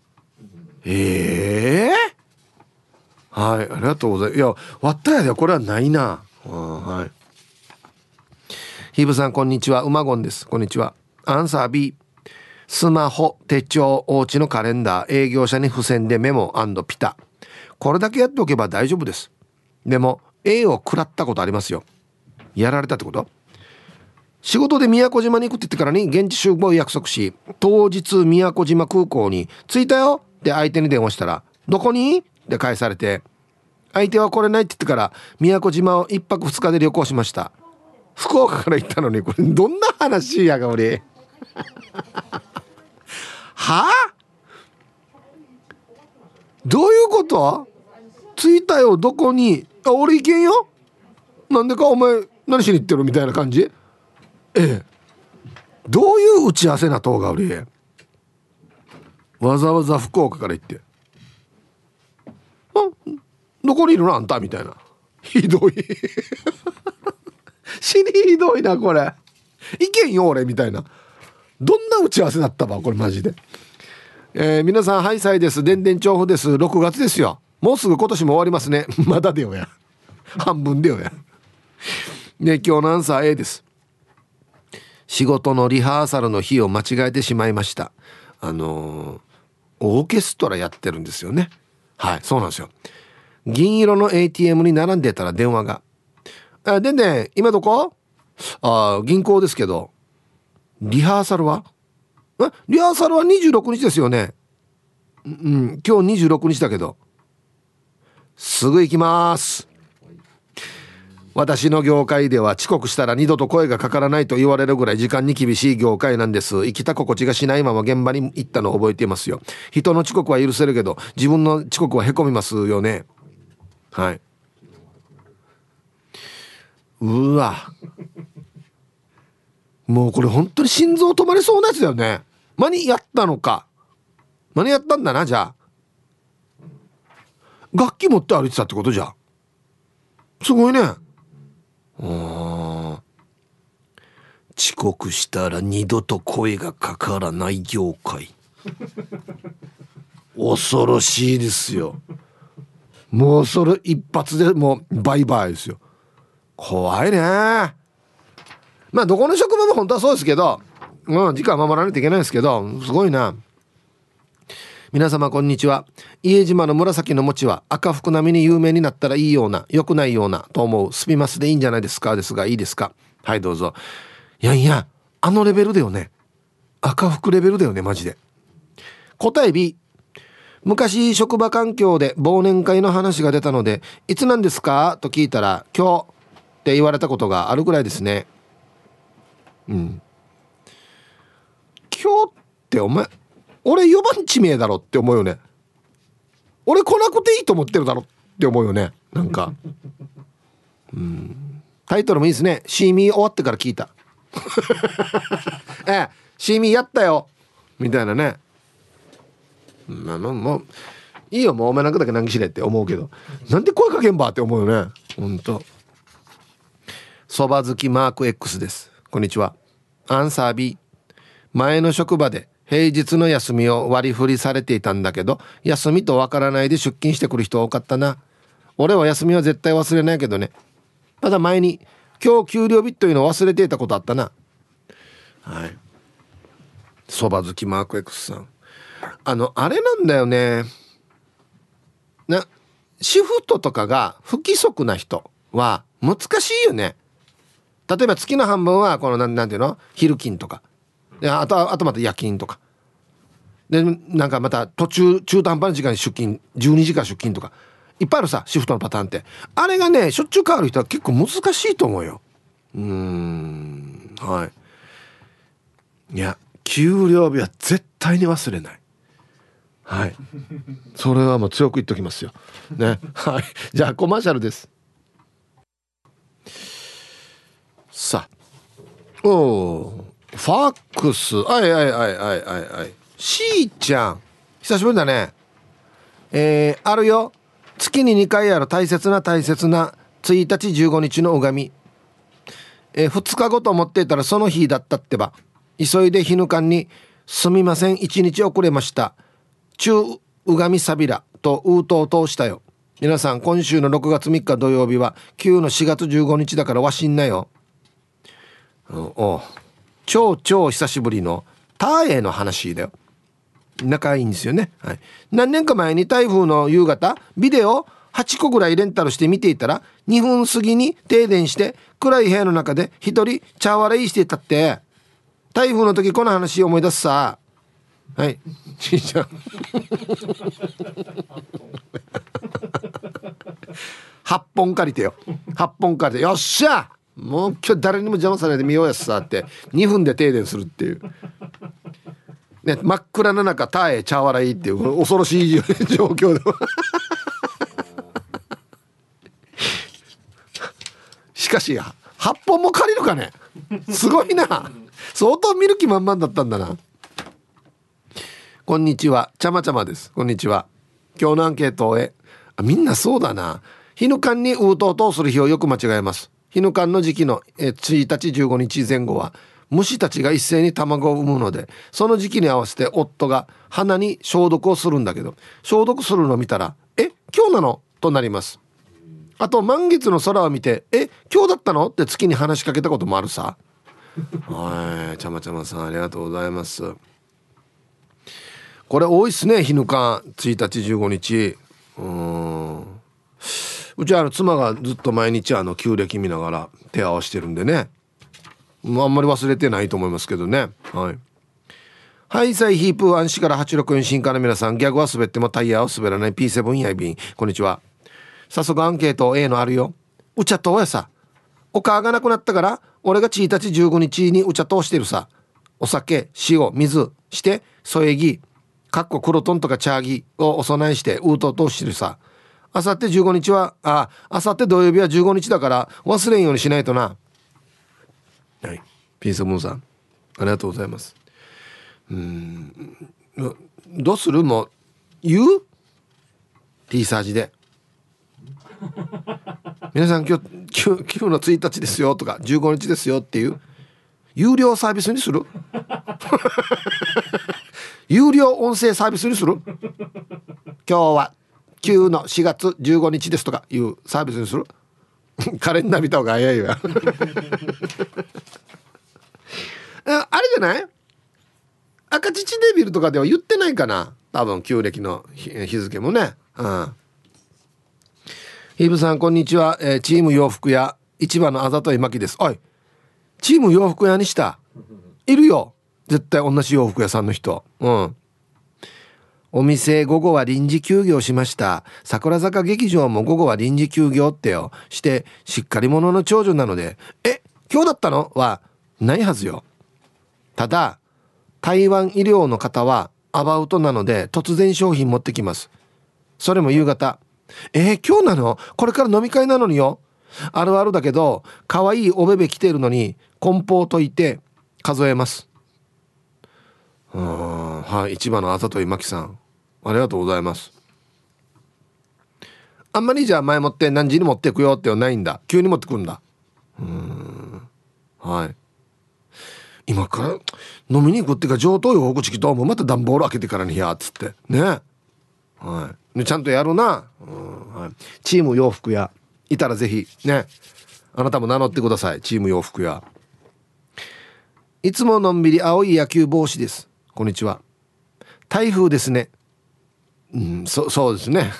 ええーはい、ありがとうございます。いや、わったやでこれはないな。はい。ヒブさんこんにちは、うまごんです。こんにちは。アンサー B、 スマホ、手帳、お家のカレンダー、営業者に付箋でメモ&ピタ、これだけやっておけば大丈夫です。でも A を食らったことありますよ。やられたってこと？仕事で宮古島に行くって言ってからに現地集合約束し、当日宮古島空港に着いたよって相手に電話したらどこにって返されて、 相手は来れないって言ってから宮古島をいっぱくふつかで旅行しました。福岡から行ったのに、これどんな話やが俺はあ、どういうこと？着いたよ、どこに？あ、俺行けんよ。なんでかお前何しに行ってるみたいな感じ。ええ、どういう打ち合わせなとが俺わざわざ福岡から行って、あ、どこにいるのあんたみたいな。ひどい死にひどいなこれ。いけんよ俺みたいな。どんな打ち合わせだったわこれマジで。えー、皆さんハイサイです。でんでん調布です。ろくがつですよ。もうすぐ今年も終わりますねまだでよや半分でよやね。今日のアンサー A です。仕事のリハーサルの日を間違えてしまいました。あのー、オーケストラやってるんですよね。はい、そうなんですよ。銀色の エーティーエム に並んでたら電話が、あ、でんでん今どこ？あ、銀行ですけどリハーサルは？え、リハーサルはにじゅうろくにちですよね。うん、今日にじゅうろくにちだけどすぐ行きます。私の業界では遅刻したら二度と声がかからないと言われるぐらい時間に厳しい業界なんです。生きた心地がしないまま現場に行ったのを覚えていますよ。人の遅刻は許せるけど自分の遅刻はへこみますよね。はい。うわ、もうこれ本当に心臓止まりそうなやつだよね。間にやったのか、間にやったんだな。じゃあ楽器持って歩いてたってことじゃ。すごいね。あ、遅刻したら二度と声がかからない業界恐ろしいですよ。もうそれ一発でもうバイバイですよ。怖いね。まあどこの職場も本当はそうですけど、うん、時間守らないといけないですけど、すごいな。皆様こんにちは。家島の紫の餅は赤福並みに有名になったらいいような、良くないようなと思うスピマスでいいんじゃないですかですが、いいですか？はい、どうぞ。いやいや、あのレベルだよね。赤福レベルだよねマジで。答え B。 昔職場環境で忘年会の話が出たので、いつなんですかと聞いたら今日って言われたことがあるぐらいですね。うん、今日ってお前俺よばん地名だろって思うよね。俺来なくていいと思ってるだろって思うよね。なんかうん、タイトルもいいですね。シーミー終わってから聞いたええ、シーミーやったよみたいなね。まあまあもういいよ、もうお前なんかだけ難儀しれって思うけど、なんで声かけんばって思うよね。ほんと。そば好きマーク X です。こんにちは。アンサー B。 前の職場で平日の休みを割り振りされていたんだけど、休みとわからないで出勤してくる人多かったな。俺は休みは絶対忘れないけどね。ただ前に今日給料日というのを忘れていたことあったな。はい。そば好きマーク X さん、あのあれなんだよね。な、シフトとかが不規則な人は難しいよね。例えば月の半分はこのなん、なんていうの、昼勤とかで、あとあとまた夜勤とかで、なんかまた途中中途半端な時間に出勤、じゅうにじかん出勤とかいっぱいあるさ、シフトのパターンって。あれがねしょっちゅう変わる人は結構難しいと思うよ。うーん、はい。いや、給料日は絶対に忘れない。はい、それはもう強く言っときますよね。はい、じゃあコマーシャルです。さあ、おファックス、はいはいはいはいはいはい。しーちゃん久しぶりだね。えー、あるよ。月ににかいある大切な大切なついたちじゅうごにちの拝み、えー、ふつかごと思っていたらその日だったってば。急いで日ぬかんにすみませんいちにち遅れました、中うがみさびらとうとうとうしたよ。皆さん今週のろくがつみっか土曜日は旧のしがつじゅうごにちだからわしんなよ。おお、超超久しぶりのターエの話だよ。仲いいんですよね。はい、何年か前に台風の夕方ビデオはちこぐらいレンタルして見ていたらにふん過ぎに停電して暗い部屋の中で一人茶笑いしてたって。台風の時この話思い出すさ。はい、ちいちゃんはっぽん借りてよはっぽん借りてよっしゃもう今日誰にも邪魔されないで見ようやつさってにふんで停電するっていう、ね、真っ暗な中タエ茶笑いっていう恐ろしい状況でしかしはっぽんも借りるかねすごいな相当見る気満々だったんだな。こんにちはちゃまちゃまです。こんにちは。今日のアンケートへあみんなそうだなヒヌカンにウートウトウする日をよく間違えます。ヒヌカンの時期のえついたちじゅうごにちぜん後は虫たちが一斉に卵を産むのでその時期に合わせて夫が鼻に消毒をするんだけど消毒するのを見たらえ今日なのとなります。あと満月の空を見てえ今日だったのって月に話しかけたこともあるさはいちゃまちゃまさんありがとうございます。これ多いっすねヒヌカンついたちじゅうごにちうーんうちはあの妻がずっと毎日あの旧暦見ながら手合わしてるんでねあんまり忘れてないと思いますけどね。はいハイサイヒープーアンシからはちろくよん進化の皆さんギャグは滑ってもタイヤは滑らない ピーセブン やいびんこんにちは。早速アンケート A のあるよ。うちゃとうやさお母がなくなったから俺がついたちじゅうごにちにうちゃとうしてるさお酒塩水して添え木かっこクロトンとかチャーギをお供えしてウートウトウしてるさあさってじゅうごにちはああさって土曜日はじゅうごにちだから忘れんようにしないとな。はいピースムーンさんありがとうございます。うーんどうするもう言う T サージで皆さん今日今日のついたちですよとかじゅうごにちですよっていう有料サービスにする有料音声サービスにする今日はきゅうのしがつじゅうごにちですとかいうサービスにするカレンダー見た方が早いわあれじゃない赤乳デビルとかでは言ってないかな多分旧暦の 日, 日付もね。うんヒブさんこんにちは、えー、チーム洋服屋市場のあざといまきです。おいチーム洋服屋にしたいるよ絶対同じ洋服屋さんの人。うんお店午後は臨時休業しました。桜坂劇場も午後は臨時休業ってよしてしっかり者の長女なのでえ今日だったのはないはずよ。ただ台湾医療の方はアバウトなので突然商品持ってきます。それも夕方えー、今日なのこれから飲み会なのによあるあるだけど可愛いおべべ着てるのに梱包解いて数えます。うーんはい市場のあざといまきさんありがとうございます。あんまりじゃあ前もって何時に持っていくよってはないんだ急に持ってくるんだ。うーんはい今から飲みに行くっていうか上等よこちきともまた段ボール開けてからにやっつってねはいちゃんとやるな、うんはい、チーム洋服屋いたらぜひねあなたも名乗ってください。チーム洋服屋いつものんびり青い野球帽子です。こんにちは。台風ですね。うん、そ, そうですね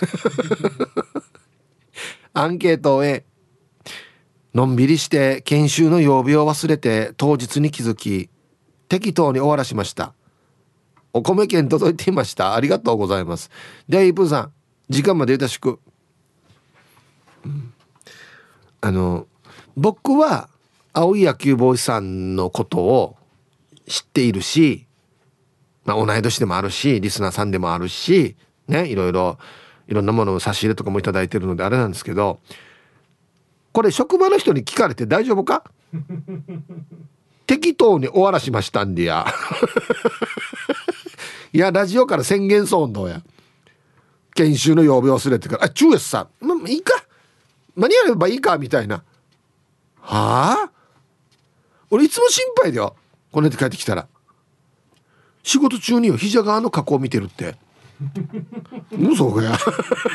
アンケートへのんびりして研修の曜日を忘れて当日に気づき適当に終わらしました。お米券届いていました。ありがとうございます。ではイープーさん時間までよろしく、うん、あの僕は青い野球ボーイさんのことを知っているし、まあ、同い年でもあるしリスナーさんでもあるしねいろいろいろんなものを差し入れとかもいただいてるのであれなんですけどこれ職場の人に聞かれて大丈夫か適当に終わらしましたんでやいやラジオから宣言騒動や研修の曜日忘れてからあ中越さん、まあ、いいか間に合えばいいかみたいなはあ俺いつも心配だよこの寝て帰ってきたら仕事中によ膝側の加工を見てるってもうそうかや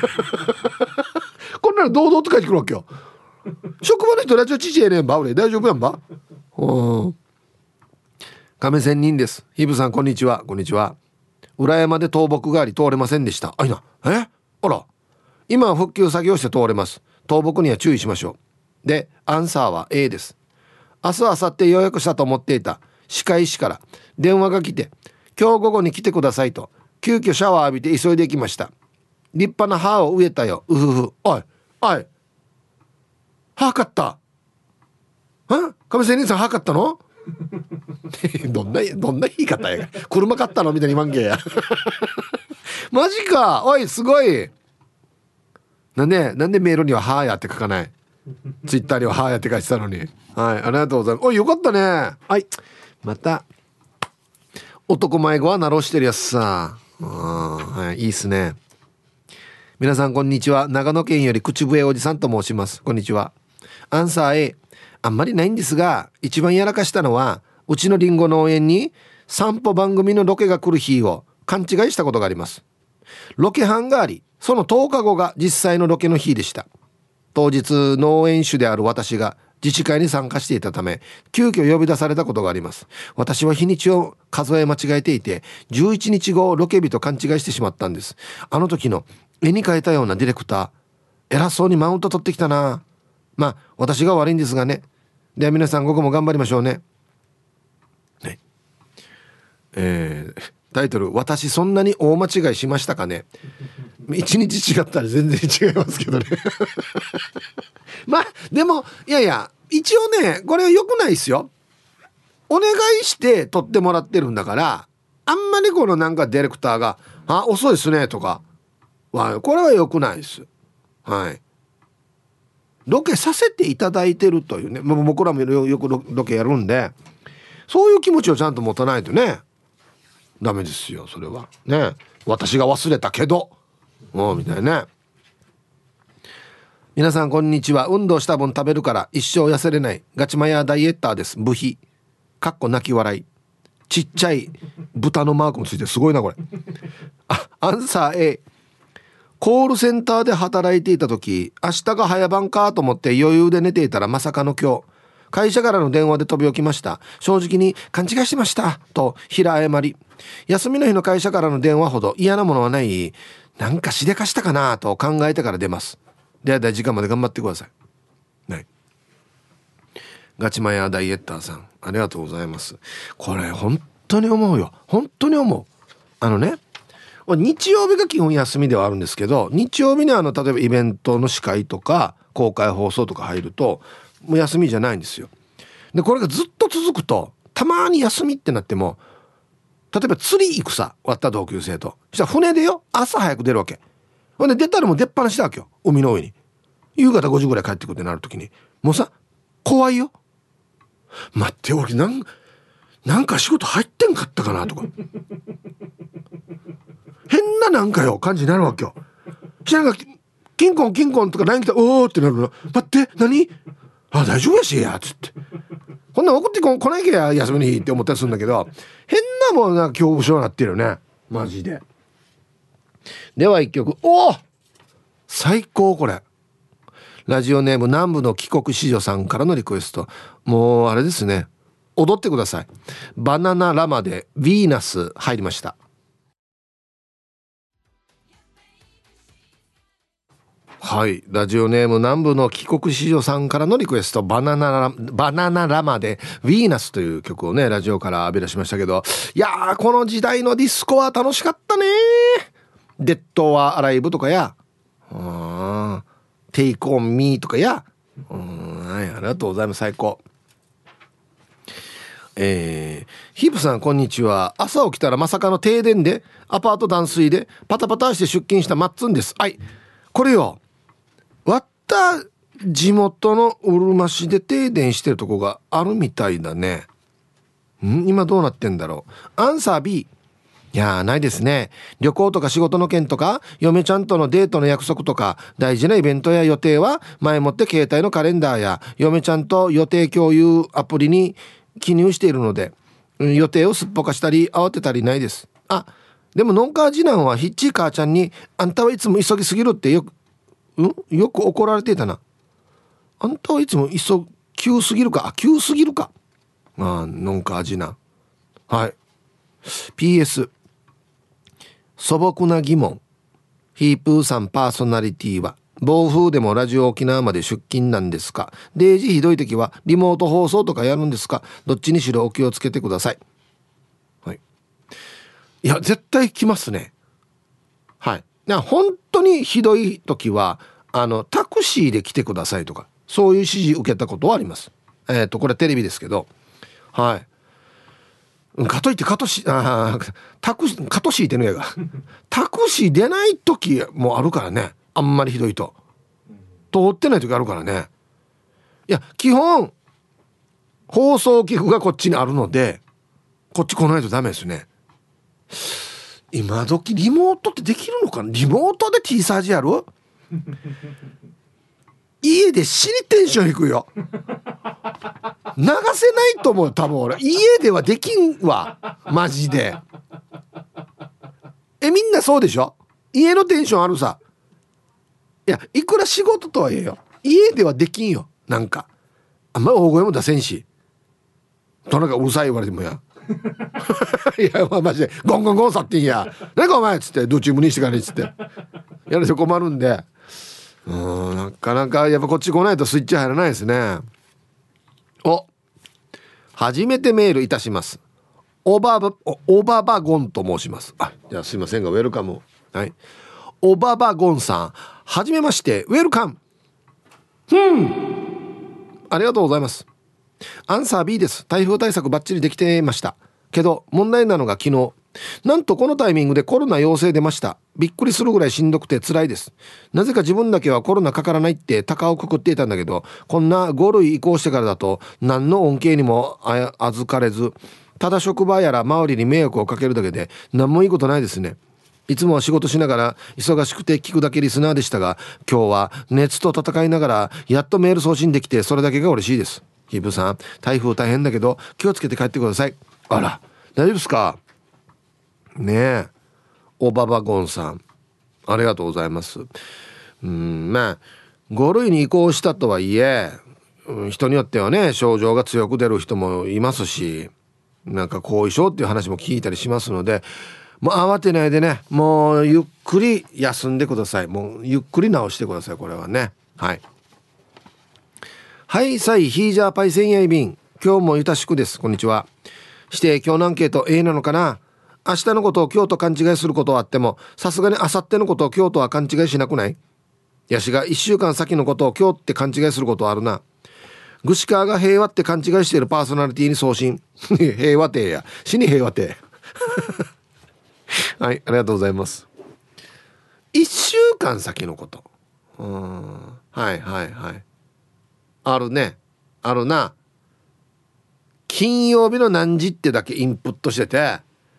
こんなの堂々と帰ってくるわけよ職場の人ラジオちちえねんば俺大丈夫やんばうん亀仙人です。ヒブさんこんにちは。こんにちは。裏山で倒木があり通れませんでした。あいなえあら今は復旧作業して通れます。倒木には注意しましょう。でアンサーは A です。明日明後日予約したと思っていた歯科医師から電話が来て今日午後に来てくださいと急遽シャワー浴びて急いで行きました。立派な歯を植えたようふふおいはい。測った。あ、亀仙人さん測ったのどんな、どんな言い方や。車買ったのみたいに言わんけや。マジか。おい、すごい。なんで、なんでメールにははーやって書かない。ツイッターにははーやって書いてたのに。はい、ありがとうございます。おい、よかったね。はい。また、男前語はなろうしてるやつさ。あ、はい、いいっすね。皆さんこんにちは。長野県より口笛おじさんと申します。こんにちは。アンサー A。あんまりないんですが、一番やらかしたのは、うちのリンゴ農園に散歩番組のロケが来る日を勘違いしたことがあります。ロケ班があり、そのとおかごが実際のロケの日でした。当日、農園主である私が自治会に参加していたため、急遽呼び出されたことがあります。私は日にちを数え間違えていて、じゅういちにちごロケ日と勘違いしてしまったんです。あの時の絵に描いたようなディレクター、偉そうにマウント取ってきたな。まあ私が悪いんですがね。では皆さん午後も頑張りましょうね。ね、えー、タイトル、私そんなに大間違いしましたかね。一日違ったら全然違いますけどね。まあでもいやいや、一応ね、これは良くないですよ。お願いして撮ってもらってるんだから、あんまりこのなんかディレクターがあ遅いですねとかは、これは良くないです。はい。ロケさせていただいてるというね、僕らもよくロケやるんで、そういう気持ちをちゃんと持たないとねダメですよ。それはね、私が忘れたけどもうみたいなね。皆さんこんにちは。運動した分食べるから一生痩せれないガチマヤダイエッターです。ブヒかっこ泣き笑い、ちっちゃい豚のマークもついてすごいなこれ。あ、アンサー A。コールセンターで働いていた時、明日が早番かと思って余裕で寝ていたらまさかの今日、会社からの電話で飛び起きました。正直に勘違いしてましたと平謝り。休みの日の会社からの電話ほど嫌なものはない。なんかしでかしたかなと考えてから出ます。ではだい時間まで頑張ってください、はい、ガチマヤダイエッターさんありがとうございます。これ本当に思うよ。本当に思う。あのね、日曜日が基本休みではあるんですけど、日曜日にあの例えばイベントの司会とか公開放送とか入るともう休みじゃないんですよ。でこれがずっと続くとたまに休みってなっても、例えば釣り行くさ、終わった同級生としたら船でよ、朝早く出るわけ。ほんで出たらもう出っ放しだわけよ、海の上に。夕方ごじぐらい帰ってくるってなるときにもうさ怖いよ。待って俺なんなんか仕事入ってんかったかなとか変ななんかよ感じになるわけよ。しなんかキンコンキンコンとか ライン 来たらおーってなるの。待って何、あ大丈夫やしやつって、こんな怒ってこ来ないけや休みの日って思ったりするんだけど、変なもんな恐怖症になってるよねマジで。では一曲。おお最高これ。ラジオネーム南部の帰国子女さんからのリクエスト。もうあれですね、踊ってください。バナナラマでヴィーナス入りました。はい、ラジオネーム南部の帰国子女さんからのリクエスト、バナナラバナナラマでヴィーナスという曲をねラジオから浴び出しましたけど、いやーこの時代のディスコは楽しかったね。デッドはアライブとかや、あテイクオンミーとかや、うん、はい、ありがとうございます。最高。えー、ヒープさんこんにちは。朝起きたらまさかの停電でアパート断水でパタパタして出勤したマッツンです。はい、これよ、わった地元のうるま市で停電してるとこがあるみたいだね。ん今どうなってんだろう。アンサー B。いやーないですね。旅行とか仕事の件とか嫁ちゃんとのデートの約束とか大事なイベントや予定は前もって携帯のカレンダーや嫁ちゃんと予定共有アプリに記入しているので、予定をすっぽかしたり慌てたりないです。あ、でもノンカー次男はヒッチー母ちゃんにあんたはいつも急ぎすぎるってよく、んよく怒られていたな。あんたはいつも急急すぎるか、あ急すぎるか。ああノンカー次男。はい。 ピーエス 素朴な疑問。ヒープーさんパーソナリティは暴風でもラジオ沖縄まで出勤なんですか？デイジひどい時はリモート放送とかやるんですか？どっちにしろお気をつけてください。はい。いや絶対来ますね。はい。いや本当にひどい時はあのタクシーで来てくださいとか、そういう指示受けたことはあります。えっとこれテレビですけど、はい。かといってカトシあタクカトシーってのやがタクシー出ない時もあるからね。あんまりひどいと通ってない時あるからね。いや基本放送局がこっちにあるのでこっち来ないとダメですね。今時リモートってできるのかな。リモートで T サージやる家で死にテンション低いよ。流せないと思う多分俺。家ではできんわマジで。えみんなそうでしょ。家のテンションあるさ。いやいくら仕事とはいえよ、家ではできんよ。なんかあんま大声も出せんし、となんかうるさい言われてもやいやまあマジでゴンゴンゴンさってんやなんかお前っつってどっちもにしてからにっつってやられて困るんで、うーんなかなかやっぱこっち来ないとスイッチ入らないですね。お初めてメールいたします。オババオババゴンと申します。あじゃあすいませんがウェルカム。はい、オババゴンさんはじめましてウェルカム。うんありがとうございます。アンサー ビー です。台風対策バッチリできてましたけど問題なのが昨日なんとこのタイミングでコロナ陽性出ました。びっくりするぐらいしんどくて辛いです。なぜか自分だけはコロナかからないって高をくくっていたんだけど、こんなご類移行してからだと何の恩恵にもあ預かれず、ただ職場やら周りに迷惑をかけるだけで何もいいことないですね。いつもは仕事しながら忙しくて聞くだけリスナーでしたが、今日は熱と戦いながらやっとメール送信できてそれだけが嬉しいです。ヒブさん台風大変だけど気をつけて帰ってください。あら大丈夫ですかねえ。おばばゴンさんありがとうございます。うんまあご類に移行したとはいえ、うん、人によってはね症状が強く出る人もいますし、なんか後遺症っていう話も聞いたりしますので、もう慌てないでね、もうゆっくり休んでください。もうゆっくり治してください。これはね。はいはいさいヒージャーパイセンヤイビン、今日もゆたしくです。こんにちは。して今日のアンケート A なのかな。明日のことを今日と勘違いすることはあっても、さすがに明後日のことを今日とは勘違いしなくない？ヤシがいっしゅうかん先のことを今日って勘違いすることはあるな。グシカーが平和って勘違いしているパーソナリティに送信平和亭や死に平和亭はいありがとうございます。いっしゅうかん先のこと、うーんはいはいはいあるね。あるな。金曜日の何時ってだけインプットしてて、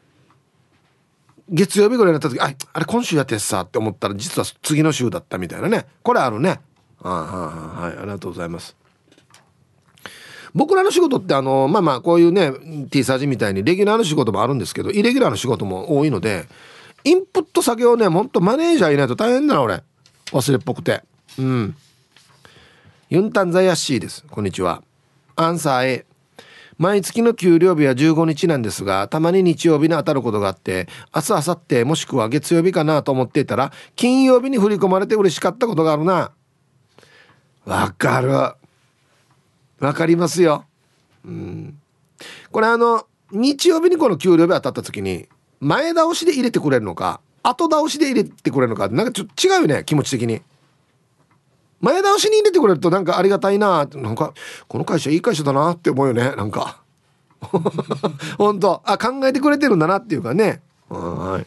月曜日ぐらいになった時、ああれ今週やってさって思ったら実は次の週だったみたいなね。これあるね。ああはいありがとうございます。僕らの仕事ってあのまあまあこういうね T サージみたいにレギュラーの仕事もあるんですけど、イレギュラーの仕事も多いので、インプット作業ね、ほんとマネージャーいないと大変だな俺。忘れっぽくて。うんユンタンザヤッシーです。こんにちは。アンサー A、 毎月の給料日はじゅうごにちなんですが、たまに日曜日に当たることがあって、明日明後日もしくは月曜日かなと思っていたら金曜日に振り込まれて嬉しかったことがあるな。わかるわかりますよ。うんこれあの日曜日にこの給料日当たった時に前倒しで入れてくれるのか後倒しで入れてくれるのか、なんかちょっと違うよね気持ち的に。前倒しに入れてくれるとなんかありがたいな、なんかこの会社いい会社だなって思うよね。なんか本当あ考えてくれてるんだなっていうかね。はい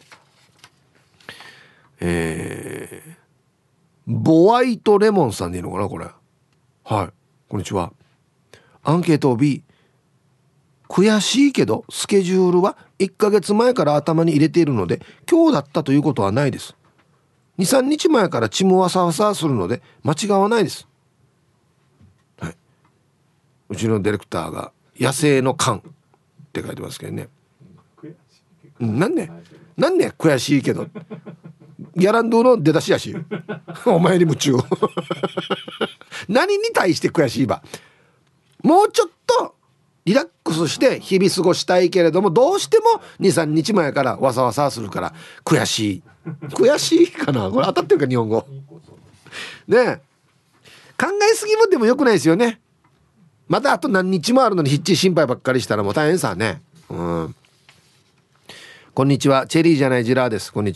えー、ボワイトレモンさんでいいのかなこれ。はいこんにちは。アンケート B、 悔しいけどスケジュールはいっかげつまえから頭に入れているので今日だったということはないです。にさんにちまえから血もわさわさするので間違わないです、はい、うちのディレクターが野生の勘って書いてますけどね。なんねなんね悔しいけどギャランドゥの出だしやしお前に夢中何に対して悔しいば。もうちょっとリラックスして日々過ごしたいけれども、どうしても にさんにちまえからわさわさするから悔しい悔しいかなこれ当たってるか日本語ねえ。考えすぎもでも良くないですよね。またあと何日もあるのにひっちり心配ばっかりしたらもう大変さね。うんこんにちはチェリーじゃないジラーです。こんにちは。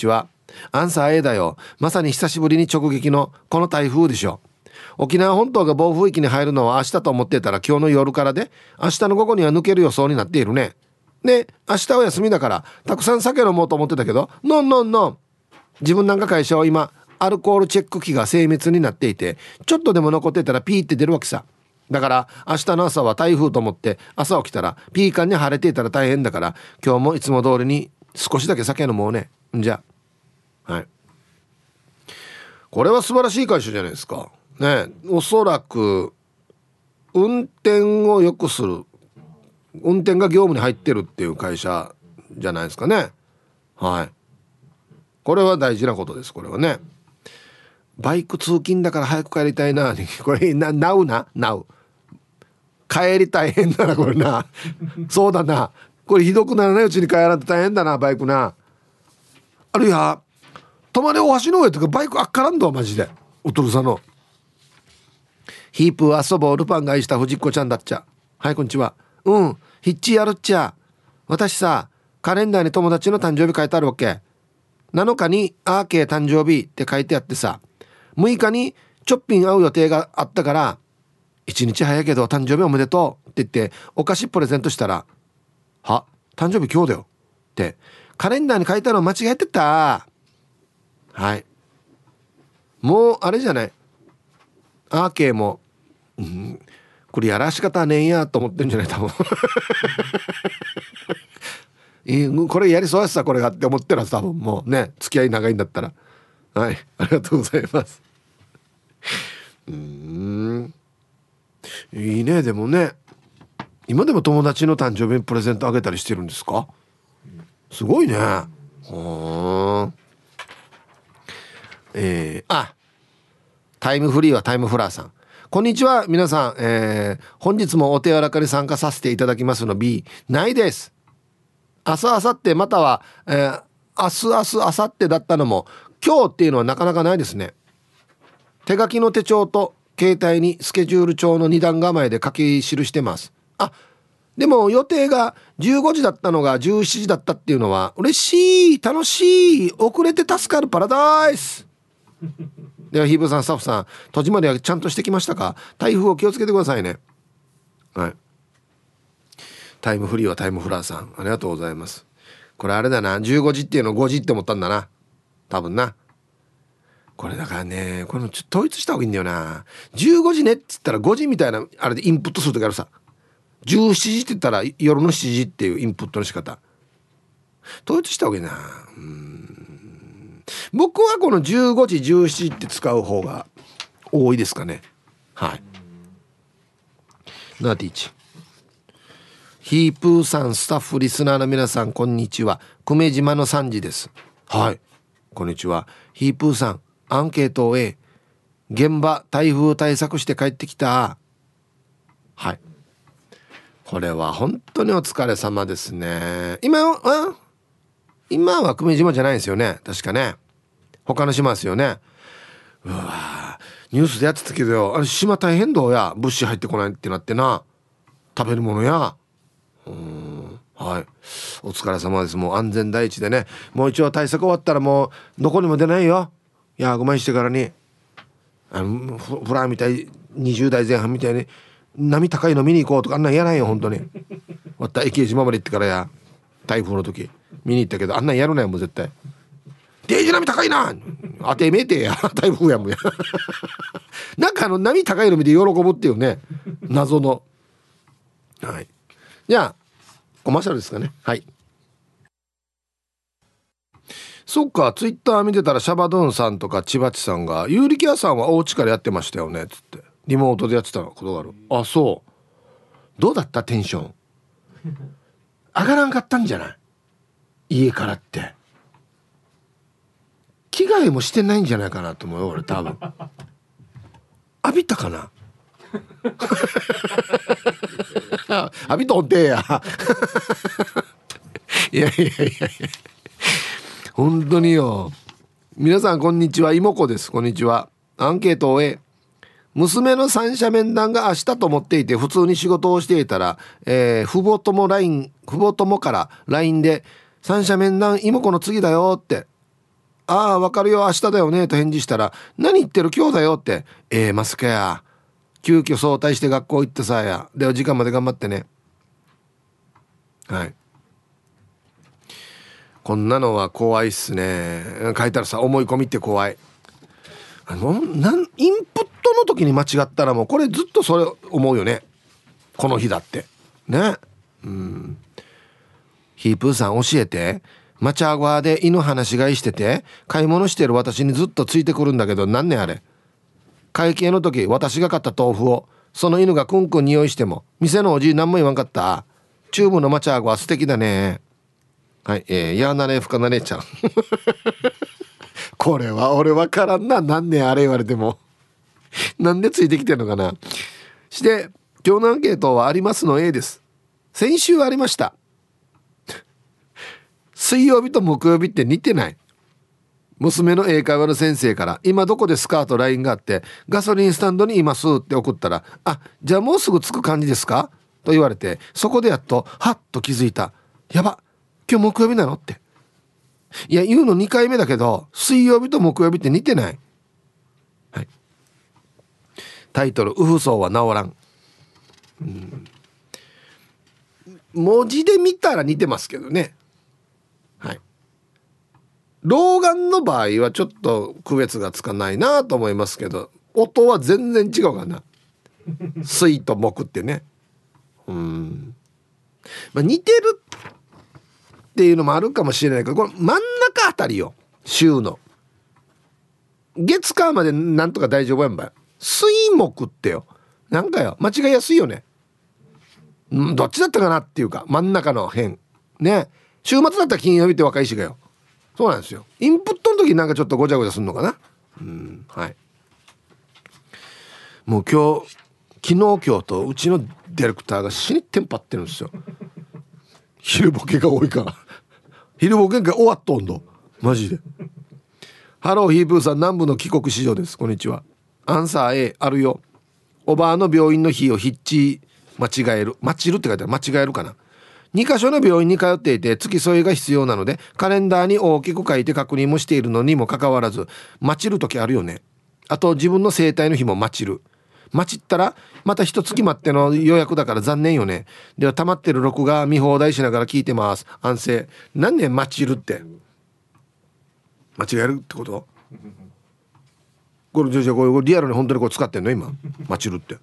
アンサー A だよ。まさに久しぶりに直撃のこの台風でしょ。沖縄本島が暴風域に入るのは明日と思ってたら今日の夜からで、明日の午後には抜ける予想になっているね。で明日は休みだからたくさん酒飲もうと思ってたけど、ノンノンノン。自分なんか会社は今アルコールチェック機が精密になっていて、ちょっとでも残ってたらピーって出るわけさ。だから明日の朝は台風と思って朝起きたらピーカンに晴れていたら大変だから、今日もいつも通りに少しだけ酒飲もうね。んじゃはい、これは素晴らしい会社じゃないですかね。おそらく運転を良くする、運転が業務に入ってるっていう会社じゃないですかね。はい、これは大事なことです。これはね、バイク通勤だから早く帰りたいなこれな、なうななう帰り大変だなこれなそうだな、これひどくならないうちに帰らんと大変だなバイクな。あるいは泊まれお橋の上とかバイクあっからんどマジでおとるさのヒープ遊ぼうルパンが愛した藤子ちゃんだっちゃ。はいこんにちは。うんヒッチやるっちゃ。私さカレンダーに友達の誕生日書いてあるわけ。なのかにアーケー誕生日って書いてあってさ、むいかにチョッピン会う予定があったからいちにち早いけど誕生日おめでとうって言ってお菓子プレゼントしたら、は誕生日今日だよってカレンダーに書いたの間違えてた。はい、もうあれじゃない、アーケーも、うん、これやらし方はねえやと思ってるんじゃない多分これやりそうやつさこれがって思ってるはず多分もうね、付き合い長いんだったら。はいありがとうございます。うーんいいね。でもね今でも友達の誕生日にプレゼントあげたりしてるんですか。すごいね。はーえー、あタイムフリーはタイムフラーさん、こんにちは皆さん、えー、本日もお手柔らかに参加させていただきますの B ないです。明日明後日または、えー、明日明日明後日だったのも今日っていうのはなかなかないですね。手書きの手帳と携帯にスケジュール帳のに段構えで書き記してます。あでも予定がじゅうごじだったのがじゅうしちじだったっていうのは嬉しい、楽しい、遅れて助かるパラダイスではヒーブーさんスタッフさん戸締まりはちゃんとしてきましたか。台風を気をつけてくださいね。はい、タイムフリーはタイムフラーさんありがとうございます。これあれだな、じゅうごじっていうのごじって思ったんだな多分な。これだからね、これもちょっと統一した方がいいんだよな。じゅうごじねっつったらごじみたいなあれでインプットするときあるさ。じゅうしちじって言ったら夜のしちじっていうインプットの仕方統一した方がいいな。うーん僕はこのじゅうごじじゅうしちじって使う方が多いですかね。はいナーティーチヒープーさんスタッフリスナーの皆さんこんにちは、久米島のさんじです。はいこんにちは。ヒープーさんアンケートを A 現場台風対策して帰ってきた。はいこれは本当にお疲れ様ですね。今は今は久米島じゃないですよね確かね。他の島ですよね。うわニュースでやってたけどよ、あれ島大変どうや物資入ってこないってなってな、食べるものやうーんはいお疲れ様です。もう安全第一でね、もう一応対策終わったらもうどこにも出ないよ。いやごめんしてからにあのフラーみたいにじゅう代前半みたいに波高いの見に行こうとかあんなんやないよ本当に。わった駅島まで行ってからや台風の時見に行ったけどあんなんやるなよもう絶対。デージ波高いな当てめえてや台風やもんやなんかあの波高いの見て喜ぶっていうね謎の。はいじゃあコマーシャルですかね。はいそっかツイッター見てたらシャバドゥンさんとか千葉地さんが有力屋さんはお家からやってましたよねつってリモートでやってたことがある。あそうどうだったテンション上がらんかったんじゃない、家からって着替えもしてないんじゃないかなと思うよ俺多分浴びたかな浴びとんてやいやいやいやいや本当によ。皆さんこんにちは、妹子です。こんにちは。アンケートを終え娘の三者面談が明日と思っていて普通に仕事をしていたら、えー、父母とも ライン 父母ともから ライン で三者面談妹子の次だよってああわかるよ明日だよねと返事したら、何言ってる今日だよって。ええー、マスカや急遽早退して学校行ってさや。では時間まで頑張ってね。はい、こんなのは怖いっすね。書いたらさ、思い込みって怖い。あのなんインプットの時に間違ったらもうこれずっとそれ思うよね、この日だってね。うん。ヒープーさん教えて。マチャーゴアで犬放し飼いしてて買い物してる私にずっとついてくるんだけど、なんねあれ。会計の時私が買った豆腐をその犬がクンクン匂いしても店のおじい何も言わんかった。チューブのマチャーゴア素敵だね。はい、えー、やーなれふかなれちゃんこれは俺わからんな。なんねあれ言われてもなんでついてきてんのかな。して今日のアンケートはありますの A です。先週ありました。水曜日と木曜日って似てない。娘の英会話の先生から今どこですかと ライン があって、ガソリンスタンドにいますって送ったら、あ、じゃあもうすぐ着く感じですかと言われて、そこでやっとはっと気づいた。やば、今日木曜日なのって。いや言うのにかいめだけど水曜日と木曜日って似てない。はい、タイトルウフソウは治らん。うん、文字で見たら似てますけどね。はい、老眼の場合はちょっと区別がつかないなと思いますけど、音は全然違うかな水と木ってね。うん、まあ、似てるっていうのもあるかもしれないけど、これ真ん中あたりよ。週の月火までなんとか大丈夫やんばよ。水木ってよ、なんかよ間違いやすいよね。んどっちだったかなっていうか真ん中の辺ね。週末だったら金曜日って若いしがよ。そうなんですよ。インプットの時なんかちょっとごちゃごちゃするのかな。うん、はい。もう今日昨日今日とうちのディレクターが死にテンパってるんですよ。昼ボケが多いから昼ボケが終わっとんどマジで。ハローヒープーさん、南部の帰国子女です。こんにちは。アンサー A あるよ。おばあの病院の日をヒッチ間違える間違るって書いてある。間違えるかな。にかしょの病院に通っていて付き添いが必要なのでカレンダーに大きく書いて確認もしているのにもかかわらず間違る時あるよね。あと自分の生体の日も間違る。間違ったらまた一月待っての予約だから残念よね。では溜まってる録画見放題しながら聞いてます。安静。何年間違るって間違えるってこと。これじゃじゃこれリアルに本当にこれ使ってんの今間違るって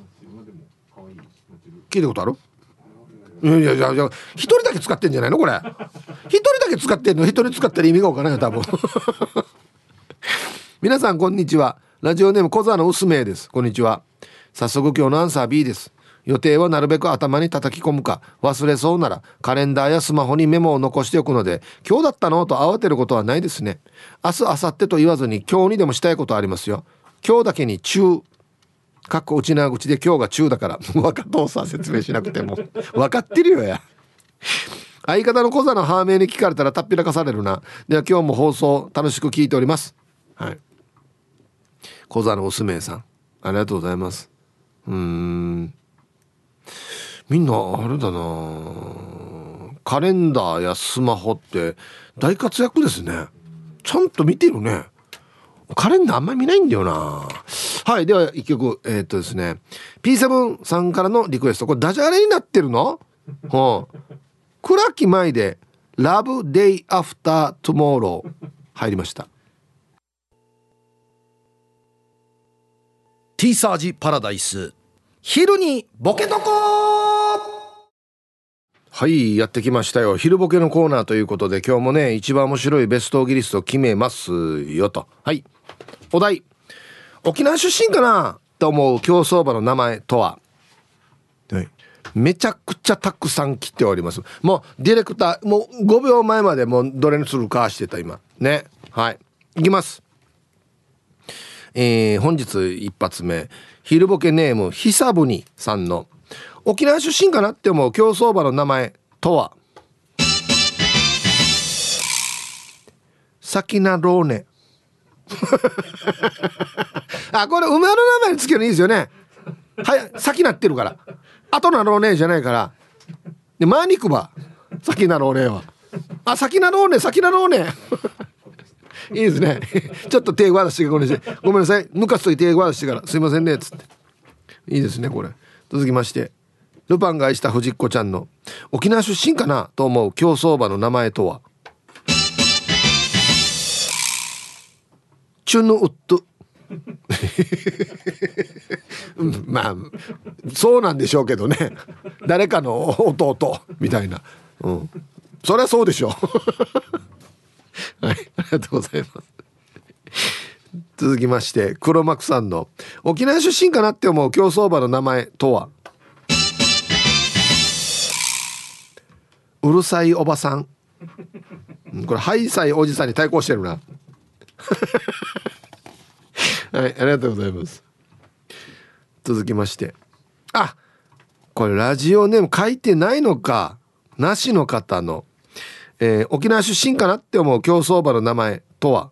聞いたことある。いやいやいやいや一人だけ使ってんじゃないのこれ。一人だけ使ってんの。一人使ったら意味がわからないよ多分皆さんこんにちは。ラジオネーム小沢の薄めです。こんにちは。早速今日のアンサー B です。予定はなるべく頭に叩き込むか、忘れそうならカレンダーやスマホにメモを残しておくので、今日だったのと慌てることはないですね。明日明後日と言わずに今日にでもしたいことありますよ。今日だけに中かっこ内縄口で今日が中だから分かっとうさ説明しなくても分かってるよや。相方の小座のハーメイに聞かれたらたっぴらかされるな。では今日も放送楽しく聞いております。はい、小座の薄めさんありがとうございます。うーん、みんなあれだな、カレンダーやスマホって大活躍ですね。ちゃんと見てるね。カレンダーあんまり見ないんだよな。はい、では一曲えー、っとですね ピーセブン さんからのリクエスト。これダジャレになってるの。はあ、倉木舞で Love Day After Tomorrow 入りました。 ティーサージパラダイス昼にボケとこ。 はい、やってきましたよ。昼ボケのコーナーということで今日もね一番面白いベストギリストを決めますよと。はい、お題、沖縄出身かなと思う競走馬の名前とは。はい、めちゃくちゃたくさん来ております。もうディレクターもうごびょうまえまでもうどれにするかしてた今ね。はい、いきます。えー、本日一発目、昼ボケネームひさぶにさんの沖縄出身かなって思う競走馬の名前とは。サキナローネあ、これ馬の名前につけるのいいですよね。はい、先なってるから後なろうねじゃないからで、マーニクバ先なろうねはあ、先なろうね先なろうねいいですねちょっと手ご出してごめんなさいごめんなさい抜かすといて手ご出してからすいませんねつって、いいですねこれ。続きまして、ルパンが愛した藤子ちゃんの沖縄出身かなと思う競走馬の名前とは。チュヌウッドうん、まあそうなんでしょうけどね、誰かの弟みたいな、うん、そりゃそうでしょうはい、ありがとうございます。続きまして、黒幕さんの沖縄出身かなって思う競走馬の名前とは。うるさいおばさん。これハイサイおじさんに対抗してるなはい、ありがとうございます。続きまして、あ、これラジオネーム書いてないのかなしの方の、えー、沖縄出身かなって思う競走馬の名前とは。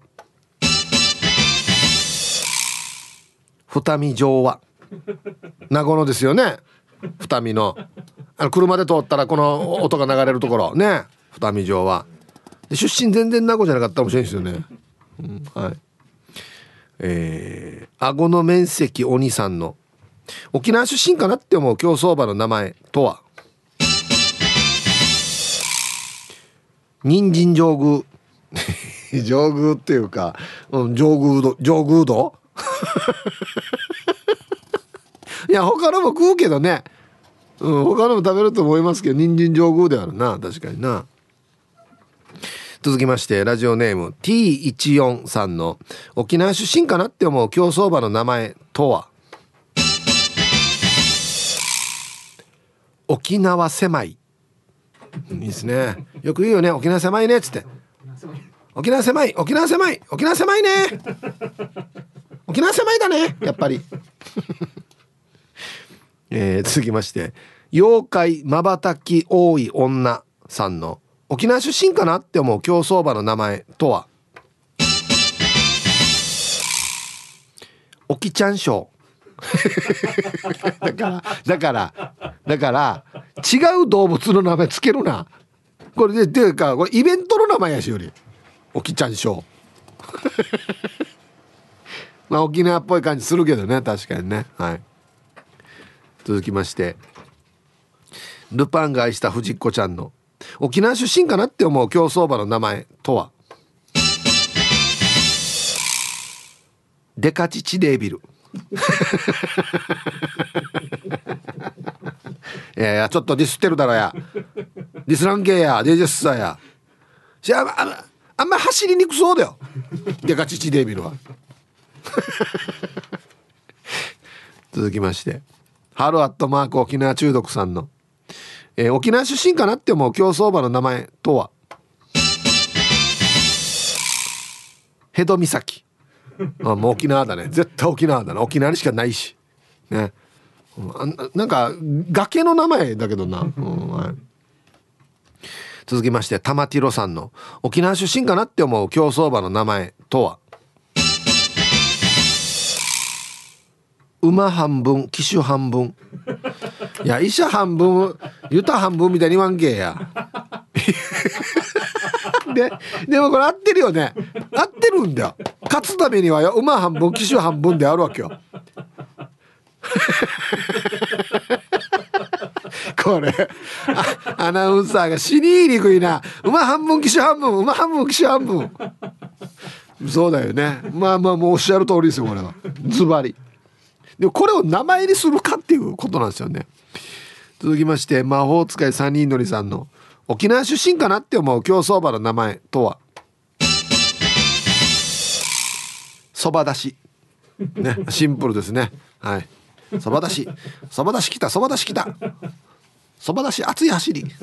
二見城和。名護のですよね、二見のあの車で通ったらこの音が流れるところね、二見城和で、出身全然名護じゃなかったかもしれないですよね、うん、はい。えー、顎の面積お兄さんの沖縄出身かなって思う競走馬の名前とは。人参上宮上宮っていうか、うん、上宮度上宮度いや他のも食うけどね、うん、他のも食べると思いますけど、人参上宮であるな、確かにな。続きまして、ラジオネーム ティーじゅうよん さんの沖縄出身かなって思う競走馬の名前とは。沖縄狭い。いいですね、よく言うよね、沖縄狭いねっつって、沖縄狭い沖縄狭い沖縄狭いね沖縄狭いだねやっぱりえー、続きまして、妖怪まばたき多い女さんの沖縄出身かなって思う競走馬の名前とは。おきちゃんショーだからだからだから違う動物の名前つけるな、これでっていうか、これイベントの名前やしよりおきちゃんショーまあ沖縄っぽい感じするけどね、確かにね。はい。続きまして、ルパンが愛した藤子ちゃんの沖縄出身かなって思う競走馬の名前とは。デカチチデービルいやいや、ちょっとディスってるだろや、ディスランケーやデージェスサーやし、あんまあんま走りにくそうだよデカチチデービルは続きまして、ハローアットマーク沖縄中毒さんの、えー、沖縄出身かなって思う競走馬の名前とは。ヘド岬。あ、もう沖縄だね、絶対沖縄だな、沖縄にしかないしね、あ、なんか崖の名前だけどな、うん、はい。続きまして、玉ティロさんの沖縄出身かなって思う競走馬の名前とは。馬半分騎手半分。いや、医者半分ユタ半分みたいに言わんけやで, でもこれ合ってるよね、合ってるんだよ、勝つためにはよ、馬半分騎手半分であるわけよこれアナウンサーが死に言いにくいな、馬半分騎手半分馬半分騎手半分そうだよね、まあまあもうおっしゃる通りですよ、これはズバリ。でもこれを名前にするかっていうことなんですよね。続きまして、魔法使い三人乗りさんの沖縄出身かなって思う競走馬の名前とは。そばだし、ね、シンプルですね。はい。そばだし、そばだし来た、そばだし来た、そばだし熱い走り、ね、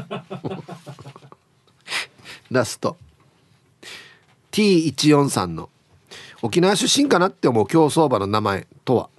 ラスト ティーじゅうよん さんの沖縄出身かなって思う競走馬の名前とは。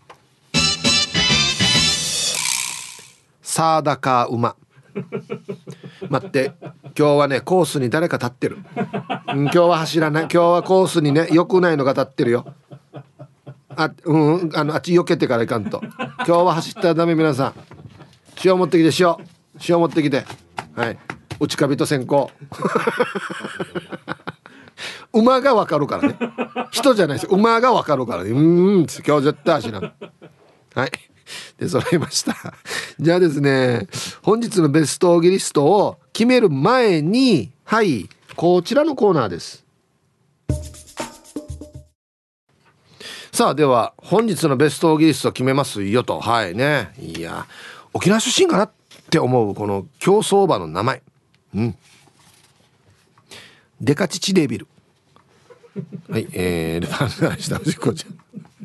サーダカー馬。待って、今日はねコースに誰か立ってる、うん、今日は走らない、今日はコースにね良くないのが立ってるよ、あ、うん、あのあっち避けてからいかんと、今日は走ったらダメ。皆さん塩持ってきて、塩塩持ってきて、はい、内カビと線香馬がわかるからね。人じゃないですよ、馬がわかるからね。うーん今日絶対足なんはいで揃いましたじゃあですね、本日のベストオギリストを決める前に、はいこちらのコーナーです。さあでは本日のベストオギリストを決めますよと。はいね、いや沖縄出身かなって思うこの競走馬の名前、うんデカチチデービル。はい、えー、ルパンがした藤子ち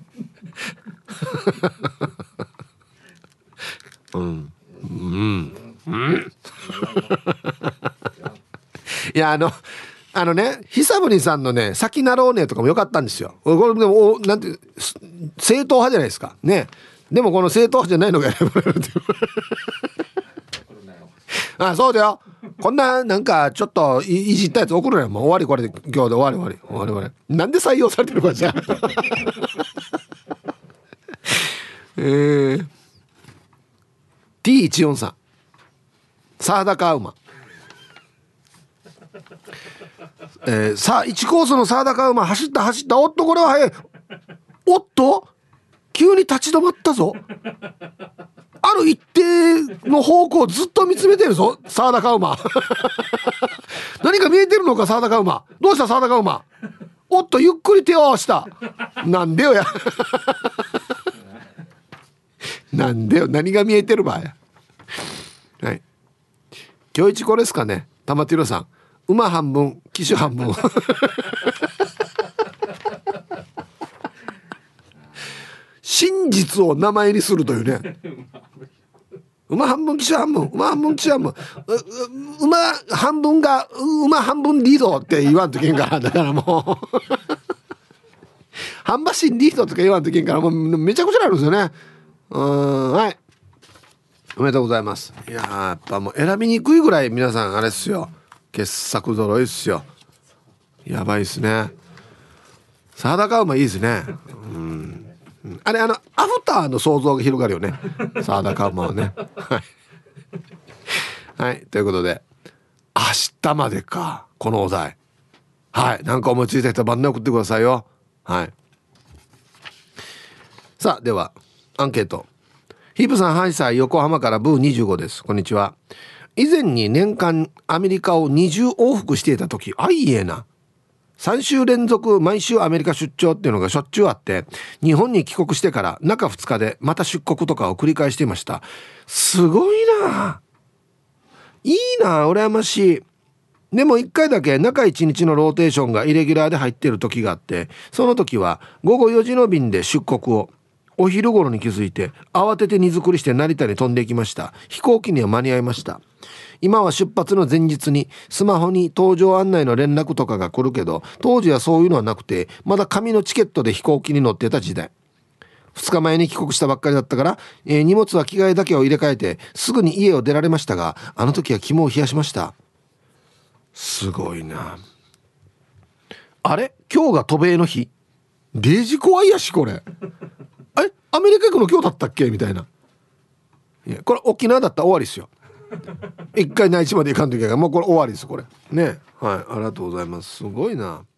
ゃん。うん、うん、うん。いや、あの、あのね、久ぶりさんのね、先なろうねとかも良かったんですよ。これでも、おなんて、正統派じゃないですか。ね。でもこの正統派じゃないのが選ばれるっていう。あ、そうだよ。こんななんかちょっと い, いじったやつ送るのよ。もう終わりこれで今日で終わり終わり終わり終わり。なんで採用されてるかじゃあ。えー、ティーいちよんさん サーダカウマ、えー、さあいちコースのサーダカウマ走った走った。おっとこれは速い。おっと急に立ち止まったぞ。ある一定の方向をずっと見つめてるぞサーダカウマ何か見えてるのかサーダカウマ。どうしたサーダカウマ。おっとゆっくり手を合わしたなんでよやなんでよ何が見えてるばや。はい今日一これですかね。玉ティロさん馬半分騎手半分真実を名前にするというね。馬半分騎手半分馬半分騎手半分馬半分が馬半分リードって言わんとけんから。だからもう半馬身リードとか言わんとけんからもうめちゃくちゃなるんですよね。うーんはいおめでとうございます。いややっぱもう選びにくいぐらい皆さんあれっすよ、傑作揃いっすよ。やばいっすね。サーダカウマいいですね。うんあれあのアフターの想像が広がるよねサーダカウマはねはい、はい、ということで明日までかこのお題。はいなんか思いついた人は番で送ってくださいよ。はいさあではアンケート。ヒープさんハイサイ横浜からブーにじゅうごです。こんにちは。以前に年間アメリカをにじゅう往復していた時、あいえなさん週連続毎週アメリカ出張っていうのがしょっちゅうあって、日本に帰国してから中ふつかでまた出国とかを繰り返していました。すごいな、いいな、羨ましい。でもいっかいだけ中いちにちのローテーションがイレギュラーで入っている時があって、その時は午後よじの便で出国を、お昼頃に気づいて慌てて荷造りして成田に飛んでいきました。飛行機には間に合いました。今は出発の前日にスマホに搭乗案内の連絡とかが来るけど、当時はそういうのはなくて、まだ紙のチケットで飛行機に乗ってた時代。ふつかまえに帰国したばっかりだったから、えー、荷物は着替えだけを入れ替えてすぐに家を出られましたが、あの時は肝を冷やしました。すごいな。あれ今日が渡米の日、デージ怖いやしこれえアメリカ行くの今日だったっけみたいな。いやこれ沖縄だったら終わりですよ。一回内地まで行かんといけないからもうこれ終わりですこれね。はいありがとうございます。すごいな。